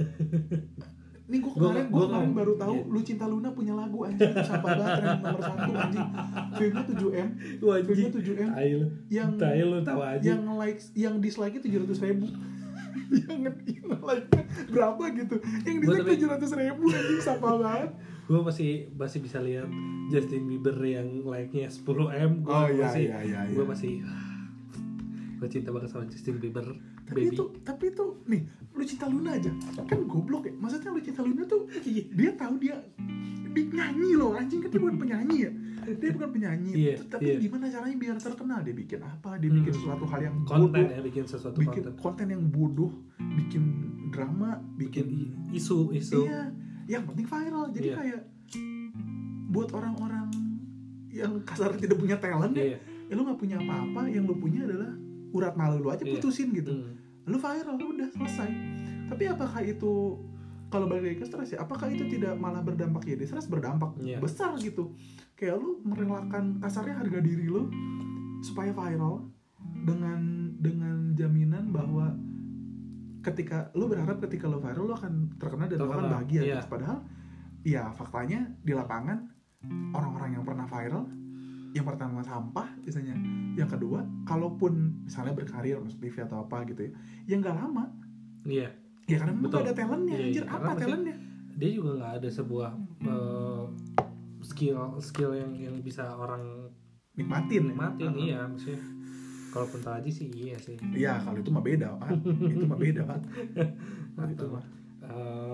nih gue Gua- kemarin gua gue kemarin ngomong- baru tahu iya. Lu Cinta Luna punya lagu anjing, sampah banget, trending nomor satu anjing, filmnya tujuh M, Wah filmnya anjing. tujuh M, Tai lu. yang Tai lu tahu aja. yang likes, yang dislike-nya tujuh ratus ribu, yang yang like-nya berapa gitu, yang Gua dislike tapi- tujuh ratus ribu anjing, sampah banget. Gue masih masih bisa lihat Justin Bieber yang like-nya sepuluh M. Gue Oh, iya, masih iya, iya, iya. gue masih gue cinta banget sama Justin Bieber. Tapi Baby. itu, tapi itu nih, Lu Cinta Luna aja kan goblok ya. Maksudnya Lu Cinta Luna tuh dia tahu dia dia nyanyi loh anjing, kan dia bukan penyanyi ya. Dia bukan penyanyi. Iya, T- Tapi iya. gimana caranya biar terkenal? Dia bikin apa? Dia bikin Hmm. sesuatu hal yang konten bodoh. ya, bikin sesuatu Bikin konten. konten yang bodoh, bikin drama, Bikin bikin i- isu isu. iya, yang penting viral. Jadi Iya. kayak buat orang-orang yang kasar tidak punya talent ya, Iya. ya lu nggak punya apa-apa, yang lu punya adalah urat malu lu aja, Iya. putusin gitu. Hmm. Lu viral, udah selesai. Tapi apakah itu, kalau balik lagi ke stres ya, apakah itu tidak malah berdampak ya? Di stres berdampak Iya. besar gitu. Kayak lu merelakan kasarnya harga diri lu supaya viral dengan dengan jaminan bahwa ketika lu berharap ketika lu viral lu akan terkenal dan lu akan Terkenal, bahagia iya. gitu. Padahal ya faktanya di lapangan orang-orang yang pernah viral, yang pertama sampah biasanya, yang kedua kalaupun misalnya berkarir masuk T V atau apa gitu ya, yang nggak lama Iya. ya karena memang Betul. nggak ada talentnya. Iya, Anjir, iya. apa Karena pasti- talentnya? Dia juga nggak ada sebuah uh, skill skill yang yang bisa orang Nikmatin ya? nikmatin. Uh-uh. Iya maksudnya. Kalaupun tadi sih iya sih. Iya, kalau itu mah beda Pak. Itu mah beda Pak. Kalau itu mah Uh,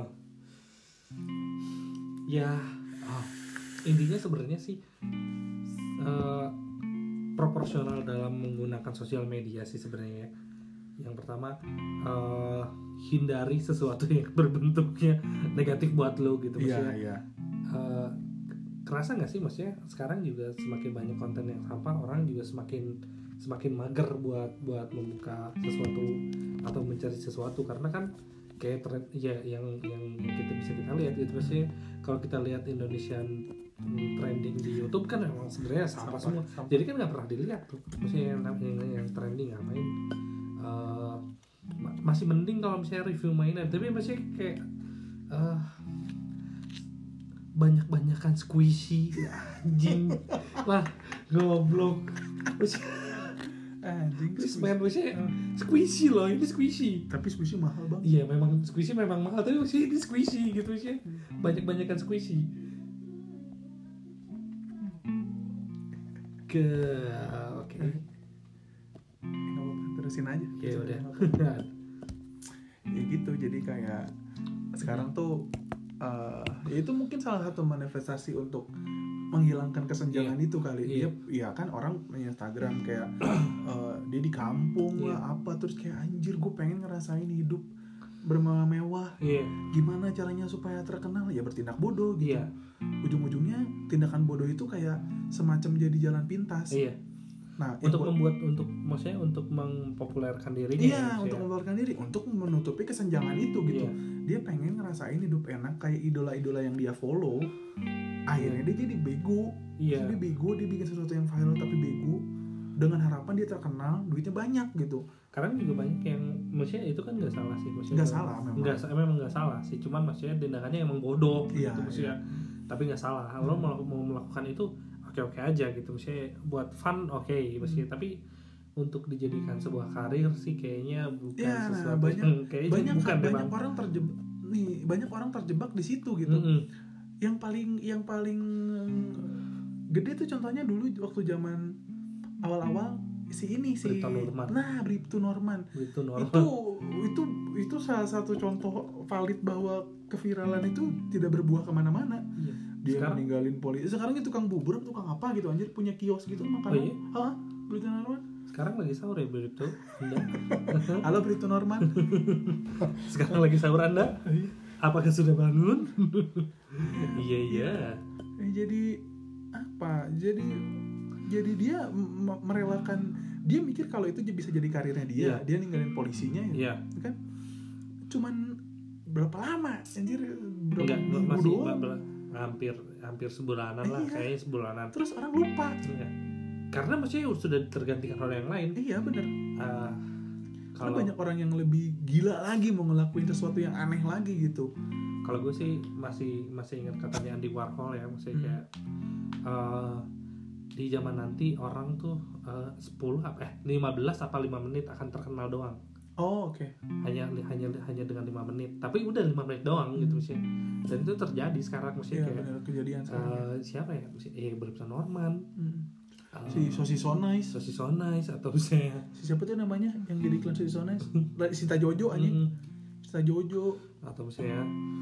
ya ah, intinya sebenarnya sih uh, proporsional dalam menggunakan sosial media sih sebenarnya. Yang pertama uh, hindari sesuatu yang berbentuknya negatif buat lo gitu. iya Maksudnya iya. uh, kerasa nggak sih maksudnya sekarang juga semakin banyak konten yang sampah, orang juga semakin semakin mager buat buat membuka sesuatu atau mencari sesuatu, karena kan kayak trend ya yang yang yang kita bisa kita lihat gitu maksudnya. Kalau kita lihat Indonesian mm, trending di YouTube kan memang sebenarnya sampah, Sampah, semua sampah. jadi kan nggak pernah dilihat tuh maksudnya yang, yang, yang trending ngapain. Uh, ma- masih mending kalau misalnya review mainan, tapi maksudnya kayak uh, banyak-banyakan squishy anjing lah goblok. Anjing. Please man, maksudnya squishy loh, ini squishy. Tapi squishy mahal banget. Iya memang squishy memang mahal, tapi maksudnya ini squishy gitu maksudnya. Banyak-banyakan squishy. Ke oke. Nggak apa-apa, terusin aja. Oke udah. Ya gitu, jadi kayak sekarang tuh uh, ya itu mungkin salah satu manifestasi untuk menghilangkan kesenjangan itu kali. Iya. Dia ya kan orang punya Instagram kayak uh, dia di kampung Iya. lah apa, terus kayak anjir gue pengen ngerasain hidup bermewah-mewah. Iya. Gimana caranya supaya terkenal? Ya bertindak bodoh gitu. Iya. Ujung-ujungnya tindakan bodoh itu kayak semacam jadi jalan pintas. Iya. Nah, Untuk yang membuat untuk maksudnya untuk mempopulerkan dirinya. iya, ya, maksudnya. untuk membuarkan diri, untuk menutupi kesenjangan itu gitu. Iya. Dia pengen ngerasain hidup enak kayak idola-idola yang dia follow. Akhirnya dia jadi bego. Iya. Dia bego, dia bikin sesuatu yang viral tapi bego dengan harapan dia terkenal, duitnya banyak gitu. Karena juga banyak yang maksudnya itu kan nggak salah sih, maksudnya Nggak salah memang. nggak sa- memang nggak salah sih, cuman maksudnya tindakannya emang bodoh Iya, gitu maksudnya. Tapi nggak salah, lo mau, mau melakukan itu oke oke aja gitu, maksudnya buat fun oke maksudnya, tapi untuk dijadikan sebuah karir sih kayaknya bukan Ya, nah, sesuatu banyak yang kayaknya banyak bukan banyak memang. orang terjebak nih, banyak orang terjebak di situ gitu. Mm-mm. yang paling yang paling gede tuh contohnya dulu waktu zaman awal-awal si ini si Bripto Norman. Nah, Bripto Norman. Bripto Norman. Itu itu itu salah satu contoh valid bahwa keviralan itu tidak berbuah kemana-mana. Iya. Dia Sekarang meninggalin polisi. Sekarang itu tukang bubur, tukang apa gitu anjir, punya kios gitu makanan. Oh iya? Hah? Bripto Norman. sekarang lagi sahur ya Bripto. Anda. Halo Bripto Norman. Sekarang lagi sahur Anda? Apakah sudah bangun? Iya iya. Eh, jadi apa? Jadi jadi dia m- merelakan, dia mikir kalau itu bisa jadi karirnya dia. Iya. Dia ninggalin polisinya ya. Iya. Kan cuman berapa lama anjir, berapa Enggak, minggu masih doang. ba- hampir hampir sebulanan lah, Iya. kayaknya sebulanan. Terus orang lupa. Iya. Karena maksudnya sudah tergantikan oleh yang lain. Iya benar. Uh, Karena kalau banyak orang yang lebih gila lagi mau ngelakuin sesuatu yang aneh lagi gitu. kalau gue sih masih masih ingat katanya Andy Warhol ya, maksudnya Hmm. kayak uh, di zaman nanti orang tuh uh, sepuluh apa eh lima belas apa lima menit akan terkenal doang. Oh oke. Okay. Hanya hanya hanya dengan lima menit. Tapi udah lima menit doang gitu maksudnya. Dan itu terjadi sekarang maksudnya Iya kayak benar, kejadian sekarang. uh, siapa ya? Maksudnya eh Bripto Norman. Hmm. Uh, Si Sosis So Nice. Sosis So Nice atau misalnya Si siapa tuh namanya yang jadi iklan Sosis So Nice? Sinta Jojo anjing. Mm, Sinta Jojo. atau misalnya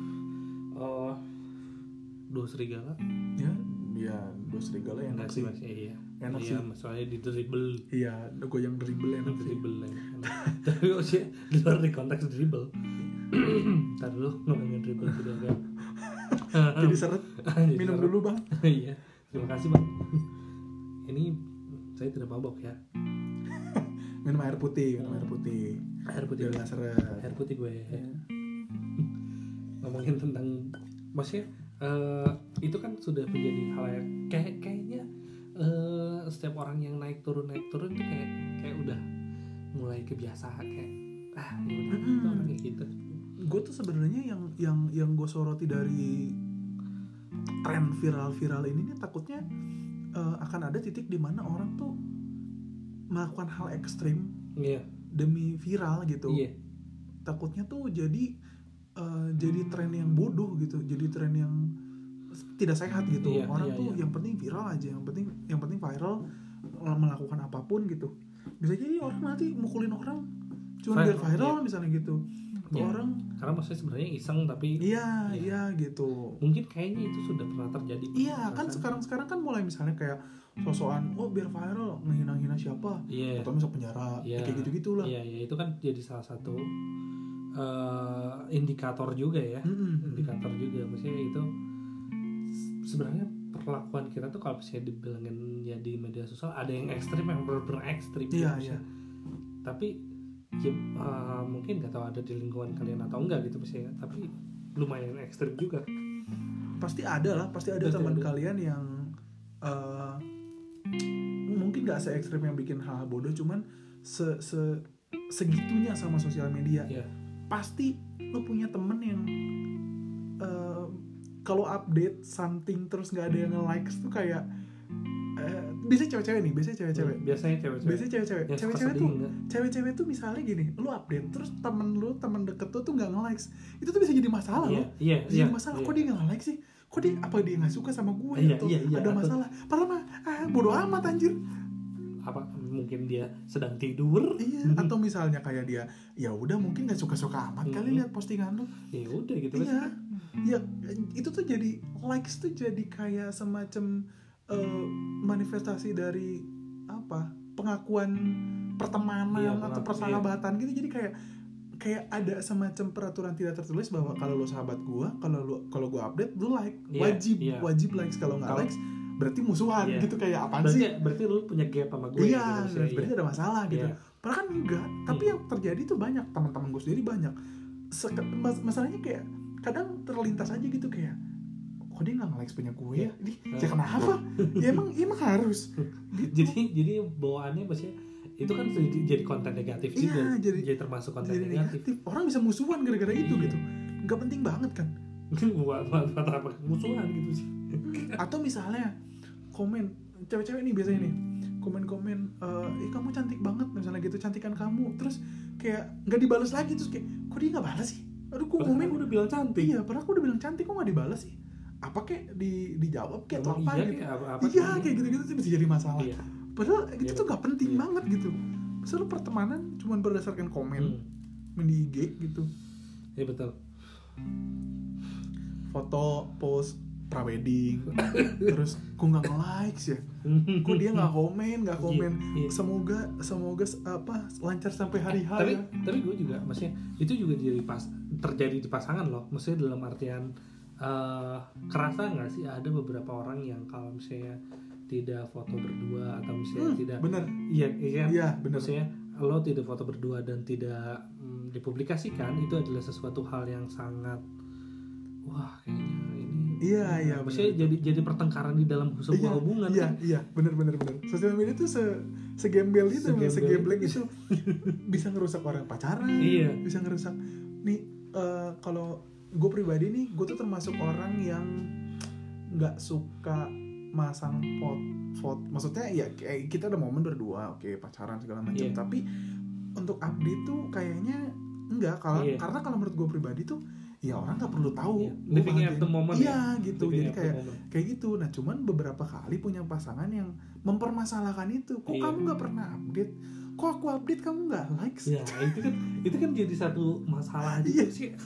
oh Dua Serigala. Ya, ya dua serigala enak Enggak sih. Mas, iya. Enak Iya, sih. soalnya di dribble, Iya, goyang dribble enak sih. dribble ya. Tapi maksudnya di luar di konteks dribble. Ntar dulu ngomongin dribble sudah agak. Jadi seret. Jadi Minum seret. dulu bang. Iya, terima kasih bang. Ini saya tidak mabok ya. Minum air putih, minum air putih. Air putih, Biar nggak seret. air putih gue. Ya. Ngomongin tentang, maksudnya eh, itu kan sudah menjadi hal yang kayak kayaknya eh, setiap orang yang naik turun naik turun tuh kayak kayak udah mulai kebiasaan kayak ah ya udah Mm-mm. itu orang kayak gitu. Gue tuh sebenarnya yang yang yang gue soroti dari tren viral-viral ini nih, takutnya eh, akan ada titik di mana orang tuh melakukan hal ekstrim Iya. demi viral gitu. Iya. Takutnya tuh jadi eh, jadi tren yang bodoh gitu, jadi tren yang tidak sehat gitu. Iya, Orang iya, tuh iya. yang penting viral aja, yang penting yang penting viral, melakukan apapun gitu. Bisa jadi orang nanti mukulin orang cuma biar Viral, viral iya. misalnya gitu. Atau Iya. orang Karena maksudnya sebenarnya iseng tapi iya Iya. iya gitu. mungkin kayaknya itu sudah pernah terjadi. Iya kan Perasaan. sekarang-sekarang kan mulai misalnya kayak sosokan, oh biar viral ngehina-hina siapa, Iya. atau masuk penjara, Iya. kayak gitu-gitulah. Iya, iya, itu kan jadi salah satu eh, indikator juga ya. Mm-mm. Indikator juga, maksudnya itu sebenarnya perlakuan kita tuh kalau misalnya dibilangin ya di media sosial ada yang ekstrim, yang bener-bener ekstrim. Iya gitu, iya. Tapi ya eh, mungkin nggak tahu ada di lingkungan kalian atau enggak gitu misalnya. Tapi lumayan ekstrim juga. Pasti ada lah, pasti ada Pasti teman ada. kalian yang eh, mungkin nggak se ekstrim yang bikin hal bodoh, cuman se se segitunya sama sosial media. Iya. Pasti lo punya temen yang eh, kalau update something terus nggak ada yang nge-likes tuh kayak eh, biasanya cewek-cewek nih, biasanya cewek-cewek. Biasanya cewek-cewek. Biasanya cewek-cewek. Yang suka Cewek-cewek sedih tuh nggak? cewek-cewek tuh misalnya gini, lu update terus temen lu, temen deket lu tuh nggak nge-likes, itu tuh bisa jadi masalah Iya, loh. iya, Bisa iya. jadi masalah, iya. kok dia nggak nge-like sih? Kok dia, apa dia nggak suka sama gue? Iya, atau iya, iya, ada atau- masalah? Padahal mah ah, bodo amat anjir. Apa mungkin dia sedang tidur? Iya. Atau misalnya kayak dia, ya udah mungkin nggak suka-suka amat kali Mhm. lihat postingan lu. Ya udah gitu Iya. kan. Ya itu tuh jadi likes tuh jadi kayak semacam eh, manifestasi dari apa? Pengakuan pertemanan Iya, atau pengaku- persahabatan gitu. Jadi kayak kayak ada semacam peraturan tidak tertulis bahwa kalau lu sahabat gua, kalau lu kalau gua update lu like, Iya, wajib iya. wajib likes. Kalau nggak Kalau- likes berarti musuhan Iya. gitu, kayak apaan Berarti sih? berarti lu punya gap sama gue Iya, gitu, maksudnya, berarti iya. ada masalah gitu. Iya. Padahal kan enggak. Tapi Hmm. yang terjadi tuh banyak, teman-teman gue sendiri banyak. Sek- mas- masalahnya kayak kadang terlintas aja gitu kayak, kok dia nggak nge-like punya gue ya? Di, ya kenapa? ya emang emang harus. Gitu. Jadi jadi bawaannya maksudnya itu kan jadi, jadi konten negatif Iya, juga. jadi- Jadi termasuk konten jadi negatif. negatif. Orang bisa musuhan gara-gara itu Iya. gitu. Nggak penting banget kan? buat buat buat apa musuhan gitu sih. Atau misalnya komen cewek-cewek nih biasanya nih komen-komen, eh "Ih, kamu cantik banget," misalnya gitu, cantikan kamu, terus kayak nggak dibalas lagi, terus kayak kok dia nggak balas sih? Aduh, gue Padahal komen aku udah bilang cantik. iya, padahal aku udah bilang cantik, kok nggak dibalas sih? apa kek di dijawab kek atau Emang apa iya, gitu. kayak apa-apa Iya sih. kayak gitu-gitu sih bisa jadi masalah. Iya. Padahal itu Iya. tuh gak penting Iya. banget gitu. Misalnya pertemanan cuma berdasarkan komen Hmm. di I G gitu. Iya betul. Foto post prawedding terus kok nggak nge-likes ya, kok dia nggak komen nggak komen Iya, iya. semoga semoga apa lancar sampai hari H tapi ya. tapi gue juga maksudnya itu juga jadi pas terjadi di pasangan loh, maksudnya dalam artian uh, kerasa nggak sih ada beberapa orang yang kalau misalnya tidak foto berdua atau misalnya Hmm, tidak bener iya iya kan? iya bener Maksudnya lo tidak foto berdua dan tidak mm, dipublikasikan, itu adalah sesuatu hal yang sangat wah kayaknya ini iya iya maksudnya bener. jadi jadi pertengkaran di dalam sebuah iya, hubungan iya kan. iya bener bener bener sosial media tuh se segembel itu Segembel segeblek itu. itu bisa ngerusak orang pacaran Iya. bisa ngerusak nih eh, kalau gue pribadi nih gue tuh termasuk orang yang nggak suka masang pot foto, maksudnya ya kayak kita ada momen berdua oke pacaran segala macam Iya. tapi untuk update tuh kayaknya enggak kalau Iya. karena kalau menurut gue pribadi tuh ya orang nggak perlu tahu Iya. gua Living bahagia. at the moment iya ya. gitu Living jadi at the kayak moment. kayak gitu. Nah cuman beberapa kali punya pasangan yang mempermasalahkan itu, kok Iya. kamu nggak pernah update, kok aku update kamu nggak likes. Ya itu kan itu kan jadi satu masalah juga Iya. sih.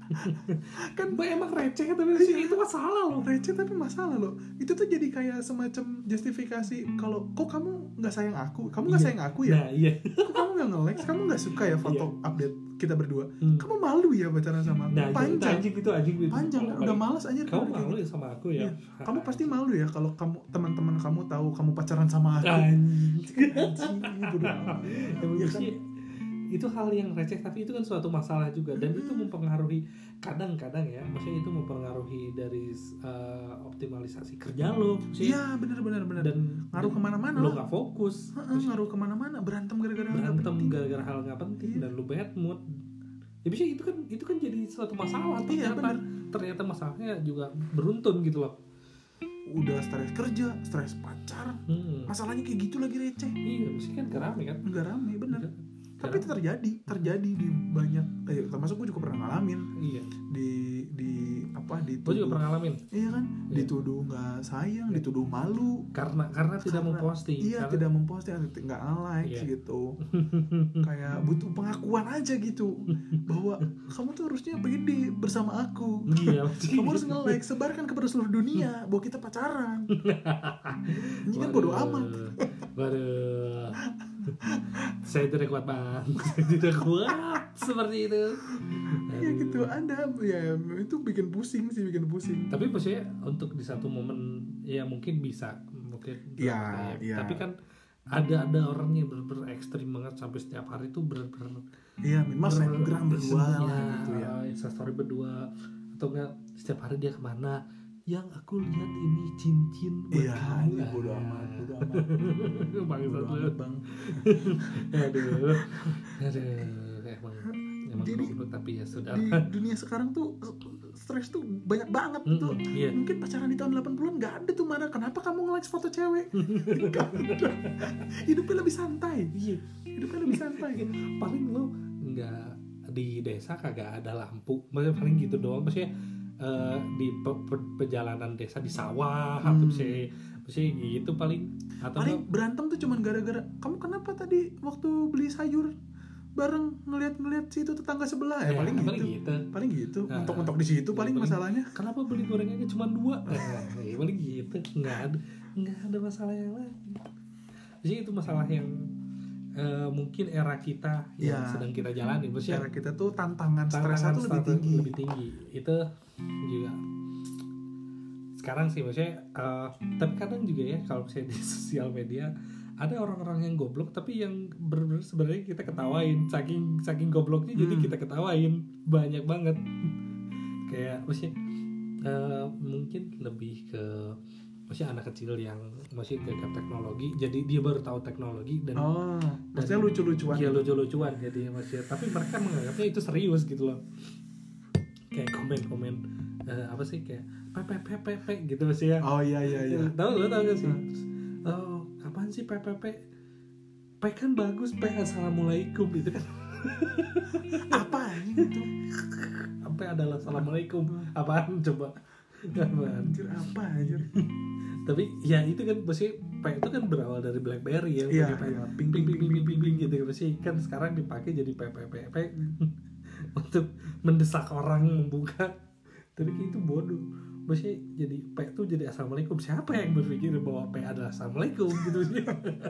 Kan Mbak emang receh tapi sih itu masalah loh. receh tapi masalah loh. Itu tuh jadi kayak semacam justifikasi kalau kok kamu nggak sayang aku, kamu nggak Iya. sayang aku ya, Nah iya. kok kamu nggak nge-likes, kamu nggak suka ya foto update kita berdua, Hmm. kamu malu ya pacaran sama aku, Nah itu, itu panjang, anjing itu anjing itu. panjang, Kalau udah balik, malas aja. kamu malu ya sama aku ya. Iya. Kamu pasti malu ya kalau kamu teman-teman kamu tahu kamu pacaran sama aku. Anjing. Anjing, bodo amat. Emang Ya kan? sih, itu hal yang receh tapi itu kan suatu masalah juga dan itu mempengaruhi kadang-kadang ya, maksudnya itu mempengaruhi dari uh, optimalisasi kerja lo, maksudnya, Iya benar benar benar. dan Ngaruh kemana-mana lo lah. nggak fokus, Heeh, maksudnya ngaruh kemana-mana, berantem gara-gara hal nggak berantem penting. gara-gara hal nggak penting Iya. dan lo bad mood. Ya bisa itu kan itu kan jadi suatu masalah. Iya, Ternyata benar. ternyata masalahnya juga beruntun gitu loh. Udah stres kerja, stres pacar, Hmm. masalahnya kayak gitu lagi receh. Iya, mesti kan gak rame kan. Enggak rame bener. Nggak- Tapi itu terjadi, terjadi di banyak. Eh, termasuk gue juga pernah ngalamin Iya. di di apa di Gue juga pernah ngalamin. Iya kan, Iya. dituduh nggak sayang, dituduh malu. Karena karena tidak Karena- memposting. Iya Karena- tidak memposting, nggak nge-like Iya. gitu. Kayak butuh pengakuan aja gitu bahwa kamu tuh harusnya pede bersama aku. Iya. Kamu harus nge-like, sebarkan kepada seluruh dunia bahwa kita pacaran. Ini kan bodo amat. Waduh. Saya tidak kuat bang. Saya tidak kuat seperti itu. Ya Aduh. gitu, ada ya itu bikin pusing sih, bikin pusing. Tapi maksudnya untuk di satu momen ya mungkin bisa mungkin. Iya, berapa iya. Tapi kan ada ada orang yang bener-bener ekstrim banget sampai setiap hari tuh bener-bener Iya, minimal snapgram berdua Iya, lah gitu ya. Instastory berdua atau enggak setiap hari dia kemana, yang aku lihat ini cincin buat Iya, kamu. ini bodo amat, bodo amat. Bang, Bodo amat, Bang. aduh, aduh, emang emang Jadi, goblok, tapi ya sudah. Di dunia sekarang tuh stres tuh banyak banget Mm-mm, tuh. iya. Mungkin pacaran di tahun delapan puluhan nggak ada tuh mana. Kenapa kamu nge-like foto cewek? Nggak ada. Hidupnya lebih santai. Iya. Hidupnya lebih santai. Paling lo nggak di desa kagak ada lampu, maksudnya paling gitu doang. Maksudnya eh, di pe- pe- perjalanan desa di sawah atau Hmm. misalnya, misalnya gitu paling atau Paling enggak, berantem tuh cuman gara-gara kamu kenapa tadi waktu beli sayur bareng ngeliat-ngeliat situ tetangga sebelah ya, ya, paling gitu. paling gitu. Paling gitu. Nah, Mentok-mentok di situ paling paling- masalahnya. Kenapa beli gorengannya cuma dua? Nah, ya paling gitu. Nggak ada, nggak ada masalah yang lain. Jadi itu masalah yang eh, mungkin era kita yang Ya. sedang kita jalani. Maksudnya Cara kita tuh tantangan, tantangan stresnya tuh lebih status tinggi. lebih tinggi. Itu juga sekarang sih maksudnya. eh, tapi kadang juga ya kalau misalnya di sosial media ada orang-orang yang goblok tapi yang benar-benar sebenarnya kita ketawain, saking saking gobloknya jadi Hmm. kita ketawain banyak banget. Kayak maksudnya eh, mungkin lebih ke maksudnya anak kecil yang masih gagap teknologi, jadi dia baru tahu teknologi dan Oh, maksudnya lucu-lucuan. dia lucu-lucuan jadi masih, tapi mereka menganggapnya itu serius gitu loh. Kayak komen-komen eh, apa sih kayak pepe pepe pepe gitu sih ya. Oh iya iya iya. Tahu lo tahu gak sih? Hmm. Terus, oh kapan sih pepe pepe? Pe kan bagus, pe assalamualaikum gitu kan. Apa ini gitu? Sampai adalah assalamualaikum. Apaan coba? Apaan? Anjir apa anjir? Tapi ya itu kan pasti P itu kan berawal dari BlackBerry ya. Iya, P, iya. ping ping ping ping ping ping gitu pasti kan sekarang dipakai jadi P P P P untuk mendesak orang membuka. Tapi itu bodoh. Maksudnya jadi P itu jadi assalamualaikum. Siapa yang berpikir bahwa P adalah assalamualaikum gitu sih?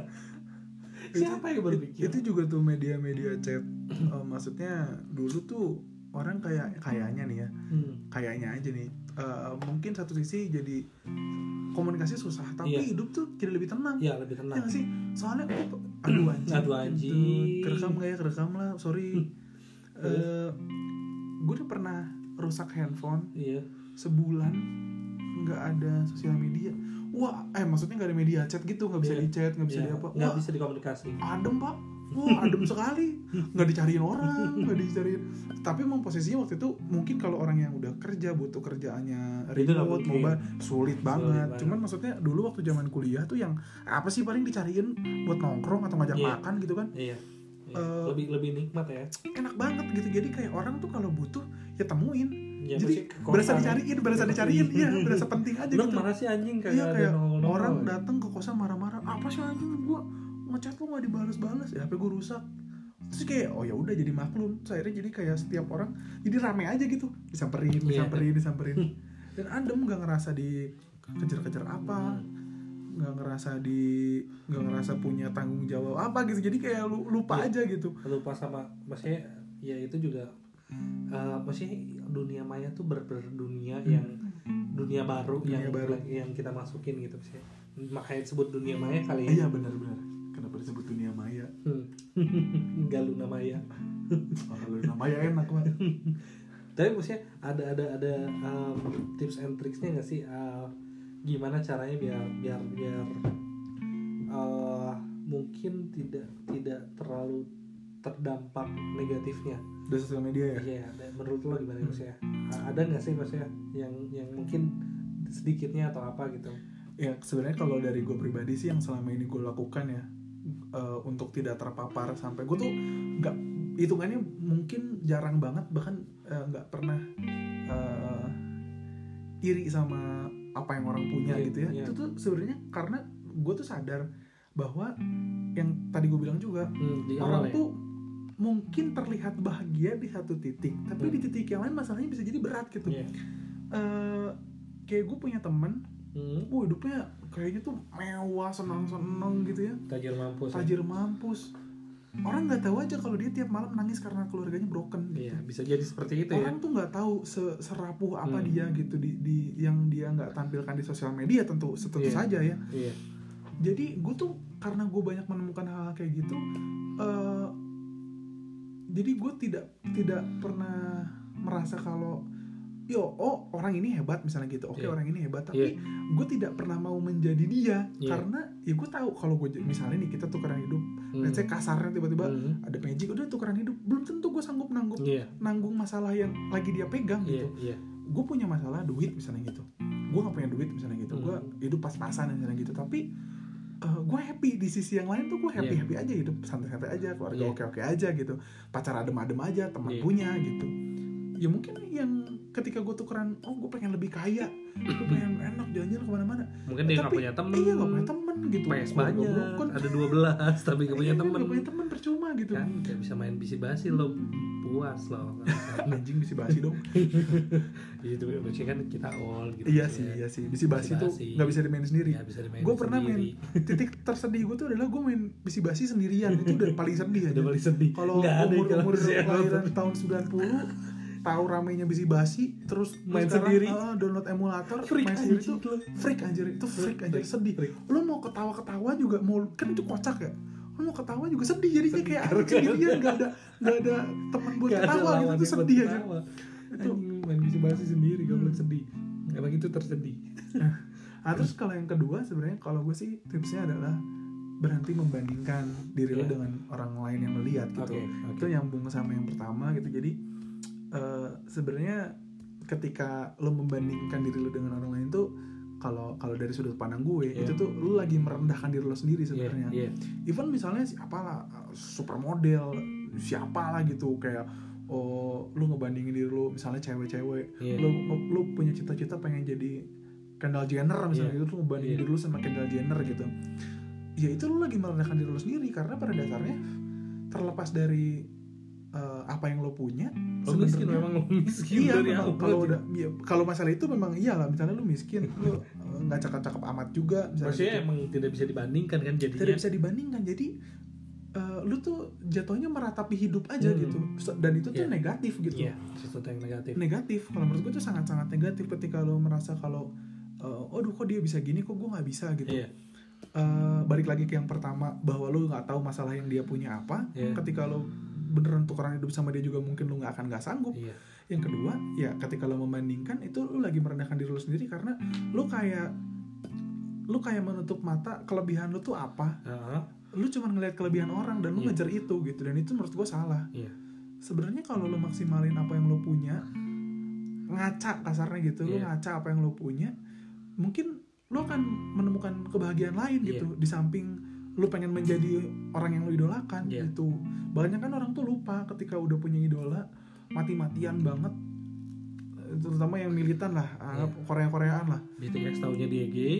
Siapa yang berpikir? Itu juga tuh media-media chat. Uh, maksudnya dulu tuh orang kayak kayaknya nih ya, hmm. kayaknya aja nih. Uh, mungkin satu sisi jadi komunikasi susah, tapi iya. hidup tuh jadi lebih tenang. Iya, lebih tenang. Ya gak sih? Soalnya aku aduh anjing. Aduh anjing. Gitu. Kerekam gak ya? Kerekam lah. Sorry. uh, gue udah pernah rusak handphone. Iya. Sebulan nggak ada sosial media. Wah, eh maksudnya nggak ada media chat gitu, nggak bisa yeah. di chat, nggak bisa yeah. di apa? Nggak bisa dikomunikasi. Adem pak, wah adem sekali, nggak dicariin orang, nggak dicariin. Tapi emang posisinya waktu itu mungkin kalau orang yang udah kerja butuh kerjaannya remote, mobile sulit banget. Sulit Cuman banget. Maksudnya dulu waktu zaman kuliah tuh yang apa sih paling dicariin buat nongkrong atau ngajak yeah. makan gitu kan? Iya. Yeah. Yeah. Uh, lebih lebih nikmat ya. Enak banget gitu. Jadi kayak orang tuh kalau butuh ya temuin. Ya, jadi berasa dicariin, berasa ya, dicariin, iya, berasa penting aja lu gitu. Lu mana sih anjing kayak, iya, kayak nongol-nongol. Orang datang ke kosan marah-marah, apa sih anjing gua ngechat lu nggak dibalas-balas, ya H P gua rusak. Terus kayak oh ya udah jadi maklum. Terus akhirnya jadi kayak setiap orang jadi rame aja gitu, disamperin, disamperin, yeah. disamperin. Dan adem nggak ngerasa dikejar-kejar apa, nggak ngerasa di, nggak ngerasa punya tanggung jawab apa gitu. Jadi kayak lupa yeah. aja gitu. Lupa sama, maksudnya ya itu juga. Uh, maksudnya dunia maya tuh berdunia hmm. yang dunia baru dunia yang baru. yang kita masukin gitu sih. Makanya disebut dunia maya kali ya. Iya benar-benar. Kenapa disebut dunia maya? Enggak Luna Maya. Oh, Luna Maya enak banget. Tapi maksudnya ada ada ada um, tips and tricksnya nggak sih? Uh, gimana caranya biar biar biar uh, mungkin tidak tidak terlalu terdampak negatifnya dari sosial media ya? Iya, menurut lo gimana maksudnya? Ada nggak sih maksudnya yang yang mungkin sedikitnya atau apa gitu? Ya sebenarnya kalau dari gue pribadi sih yang selama ini gue lakukan ya uh, untuk tidak terpapar sampai gue tuh nggak hitungannya mungkin jarang banget bahkan nggak uh, pernah uh, iri sama apa yang orang punya yeah, gitu ya. Yeah. Itu tuh sebenarnya karena gue tuh sadar bahwa yang tadi gue bilang juga hmm, orang ya? tuh mungkin terlihat bahagia di satu titik, tapi hmm. di titik yang lain masalahnya bisa jadi berat gitu. Yeah. Uh, kayak gue punya teman, hmm. oh hidupnya kayaknya tuh mewah, senang-senang gitu ya. Tajir mampus. Tajir ya? mampus. Orang nggak tahu aja kalau dia tiap malam nangis karena keluarganya broken. Iya, gitu. Bisa jadi seperti itu. Orang ya? tuh nggak tahu serapuh apa hmm. dia gitu di, di yang dia nggak tampilkan di sosial media tentu tentu yeah. saja ya. Yeah. Jadi gue tuh karena gue banyak menemukan hal-hal kayak gitu. Uh, Jadi gue tidak tidak pernah merasa kalau yo oh orang ini hebat misalnya gitu, oke okay, yeah. orang ini hebat, tapi yeah. gue tidak pernah mau menjadi dia yeah. karena ya gue tahu kalau gue misalnya nih kita tukeran hidup, mm. let's say kasarnya tiba-tiba mm. ada magic udah tukeran hidup, belum tentu gue sanggup nanggung yeah. nanggung masalah yang lagi dia pegang gitu. Yeah. Yeah. Gue punya masalah duit misalnya gitu, gue nggak punya duit misalnya gitu, mm. gue hidup pas-pasan misalnya gitu, tapi Uh, gue happy di sisi yang lain tuh gue happy happy yeah. aja hidup santai-santai aja keluarga yeah. oke-oke aja gitu pacar adem-adem aja teman yeah. punya gitu ya mungkin yang ketika gue tukeran oh gue pengen lebih kaya gue pengen enak jalan-jalan kemana-mana mungkin dia nggak punya temen iya nggak punya temen gitu P S banyak kan ada dua belas tapi nggak punya temen nggak punya temen percuma gitu kan nggak bisa main bisi-basi lo puas lo anjing bisi-basi dong itu berarti kan kita all gitu iya sih iya sih bisi-basi tuh nggak bisa dimain sendiri gue pernah main titik tersedih gue tuh adalah gue main bisi-basi sendirian itu udah paling sedih aja udah paling sedih kalau umur umur kelahiran tahun sembilan puluh tahu ramenya bisi-basi terus main sendiri uh, download emulator freak main sendiri itu freak anjir itu freak, freak anjir sedih freak. Lu mau ketawa-ketawa juga mau kan itu kocak ya lu mau ketawa juga sedih jadi sedih, kayak anjir sendirian nggak ada nggak ada teman buat gak ketawa gitu itu sedih aja itu main bisi-basi sendiri gak boleh sedih emang itu tersedih. Nah terus kalau yang kedua sebenarnya kalau gue sih tipsnya adalah berhenti membandingkan diri yeah. lo dengan orang lain yang melihat gitu okay, okay. Itu nyambung sama yang pertama gitu jadi Uh, sebenarnya ketika lo membandingkan diri lo dengan orang lain tuh kalau kalau dari sudut pandang gue yeah. itu tuh lo lagi merendahkan diri lo sendiri sebenarnya. Yeah, yeah. Even misalnya siapa lah supermodel siapa lah gitu kayak oh lu ngebandingin diri lu misalnya cewek-cewek, yeah. lu lu punya cita-cita pengen jadi Kendall Jenner misalnya yeah. gitu, lu ngebandingin yeah. diri lu sama Kendall Jenner gitu, ya itu lu lagi merendahkan diri lu sendiri, karena pada dasarnya terlepas dari uh, apa yang lo punya, lo miskin memang lo miskin iya, dari memang kalau udah ya, kalau masalah itu memang iyalah, misalnya lu miskin, lu nggak uh, cakep-cakep amat juga, maksudnya gitu. emang tidak bisa dibandingkan kan, jadinya tidak bisa dibandingkan, jadi uh, lu tuh jatuhnya meratapi hidup aja hmm. gitu, dan itu tuh yeah. negatif gitu, yeah, sesuatu yang negatif. Negatif, kalau menurut gue tuh sangat-sangat negatif ketika lo merasa kalau, uh, aduh kok dia bisa gini, kok gue nggak bisa gitu. Yeah. Uh, balik lagi ke yang pertama, bahwa lo nggak tahu masalah yang dia punya apa. Yeah. Ketika lo beneran tukeran hidup sama dia juga mungkin lo nggak akan nggak sanggup. Yeah. Yang kedua, ya ketika lo membandingkan itu lo lagi merendahkan diri lo sendiri, karena lo kayak lo kayak menutup mata kelebihan lo tuh apa. Uh-huh. Lu cuma ngelihat kelebihan orang dan lu yeah. ngejar itu gitu, dan itu menurut gue salah. Yeah. Sebenarnya kalau lu maksimalin apa yang lu punya, ngaca kasarnya gitu, yeah. lu ngaca apa yang lu punya, mungkin lu akan menemukan kebahagiaan lain yeah. gitu, di samping lu pengen menjadi orang yang lu idolakan yeah. gitu. Banyak kan orang tuh lupa ketika udah punya idola, mati-matian banget, terutama yang militan lah, yeah. Korea-Koreaan lah. B T S taunya dia gay.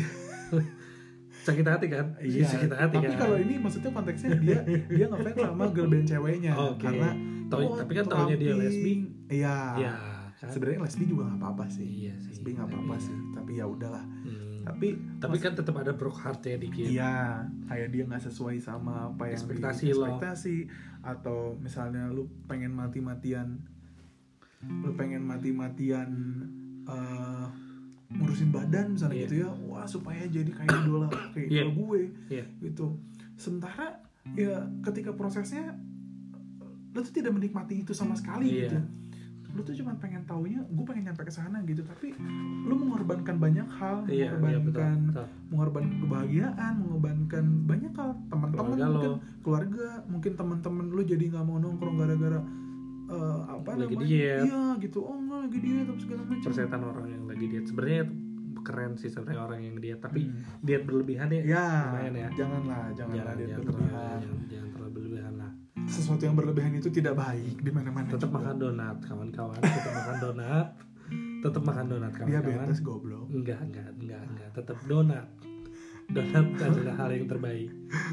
Sakit hati kan? Iya. Sakit hati tapi kan? kalau ini maksudnya konteksnya dia dia ngefans sama girl band ceweknya, okay. karena Tau, oh, tapi kan taunya dia lesbi. Iya. Ya, kan? Sebenarnya lesbi juga nggak apa-apa sih. Iya sih. Lesbi nggak apa-apa iya. sih. Tapi ya udahlah. Hmm. Tapi tapi kan tetap ada broke heart-nya dikit. Iya. Kayak dia nggak sesuai sama apa yang ekspektasi di, lo. Ekspektasi. Atau misalnya lu pengen mati-matian, lu pengen mati-matian. Uh, ngurusin badan misalnya yeah. gitu ya, wah supaya jadi kayak idola kayak yeah. idola gue yeah. gitu. Sementara ya ketika prosesnya lo tuh tidak menikmati itu sama sekali yeah. gitu. Lo tuh cuma pengen taunya gue pengen nyampe ke sana gitu, tapi lo mengorbankan banyak hal, yeah, mengorbankan yeah, betul, betul. mengorbankan kebahagiaan, mengorbankan banyak hal, teman-teman keluarga mungkin lo. keluarga, mungkin teman-teman lo jadi nggak mau nongkrong gara-gara Uh, apa lagi namanya? diet. Iya gitu. Oh enggak lagi diet atau segala macam. Persetan orang yang lagi diet. Sebenarnya keren sih sebenarnya orang yang diet, tapi hmm. diet berlebihan ya. Ya, lumayan ya. Janganlah, janganlah jangan, diet jangan berlebihan. Terlalu, jangan, jangan terlalu berlebihan lah. Sesuatu yang berlebihan itu tidak baik di mana-mana. Tetap juga. Makan donat, kawan-kawan. Tetap makan donat. Tetap makan donat, kawan-kawan. Diabetes goblok. Enggak, enggak, enggak, enggak. Tetap donat. Donat adalah hal yang terbaik.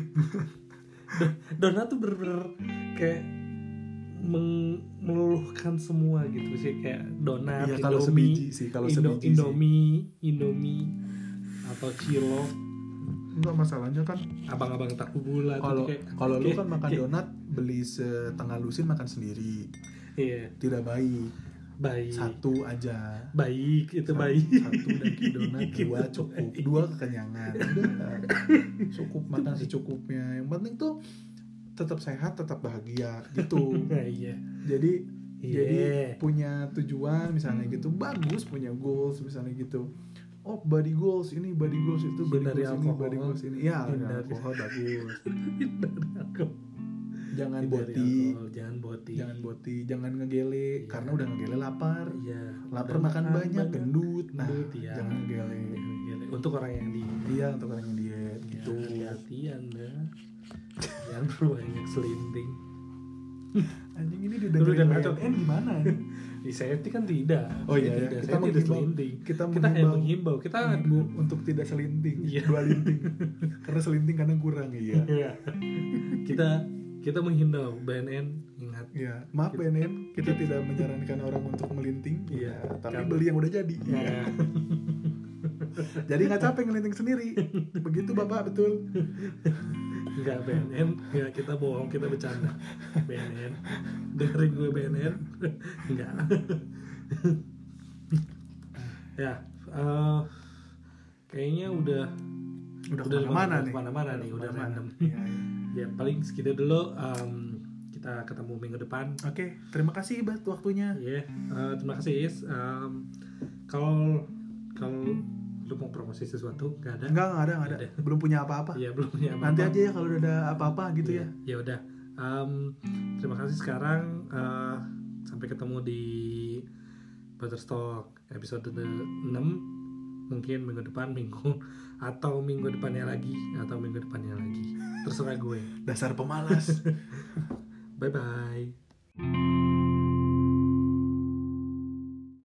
Donat tuh bener-bener kayak Meng- meluluhkan semua gitu sih, kayak donat, ya, Indomie, kalau sebiji sih, kalau Indo- sebiji Indomie, sih. Indomie atau cilok. Enggak, masalahnya kan abang-abang tahu bulat. Kalau kalau lu kan makan kayak, donat beli setengah lusin makan sendiri. Iya. Tidak baik. Baik. Satu aja. Baik, itu satu, baik. Satu daging donat, dua cukup. Dua kekenyangan. Udah. Cukup makan secukupnya. Yang penting tuh tetap sehat, tetap bahagia gitu. Iya. Jadi yeah. jadi punya tujuan misalnya gitu, bagus, punya goals misalnya gitu. Oh, body goals ini, body goals itu, body hindari goals alkohol. ini, body goals ini. Ya, hindari alkohol bagus. Hindari alkohol. Jangan hindari boti. Alkohol, jangan boti. Jangan boti, jangan ngegele yeah. karena udah ngegele lapar. Iya. Lapar makan, makan banyak, banyak, gendut. Nah, gendut, ya. Jangan ngegele. Untuk orang yang diet. Iya, untuk orang yang diet ya, gitu. Hati-hati Anda. Jangan berbanyak selinting. Anjing ini didengerin B N N gimana? Di safety kan tidak. Oh iya, iya. Tidak. Kita Saya tidak selinting. Kita, kita hanya menghimbau. Kita menghimbau untuk tidak selinting. Iya. Dua linting. Karena selinting kadang kurang ya. Iya. kita kita menghimbau B N N, ingat. Iya. Maaf kita, B N N, kita tidak menyarankan orang untuk melinting. Iya. Tapi beli yang udah jadi. Iya. Jadi nggak capek ngelinting sendiri. Begitu Bapak, betul. Enggak, B N N, enggak, kita bohong, kita bercanda. B N N, dengerin gue B N N. Enggak. Ya, uh, kayaknya udah udah, udah kemana-mana nih, kemana-mana nih, udah random. Ya, ya. Ya paling segitu dulu. Um, kita ketemu minggu depan. Oke, okay, terima kasih Ibat waktunya. Iya, yeah, uh, terima kasih Is. Um, kalau kalau lu mau promosi sesuatu nggak ada? Nggak, nggak ada, nggak ada. ada. Belum punya apa-apa. Iya, belum punya apa-apa. Nanti aja ya kalau udah ada apa-apa gitu ya. Ya. Ya udah. Um, terima kasih sekarang. Uh, sampai ketemu di Butterstock episode enam. Mungkin minggu depan, minggu atau minggu depannya lagi, atau minggu depannya lagi. Terserah gue. Dasar pemalas. Bye bye.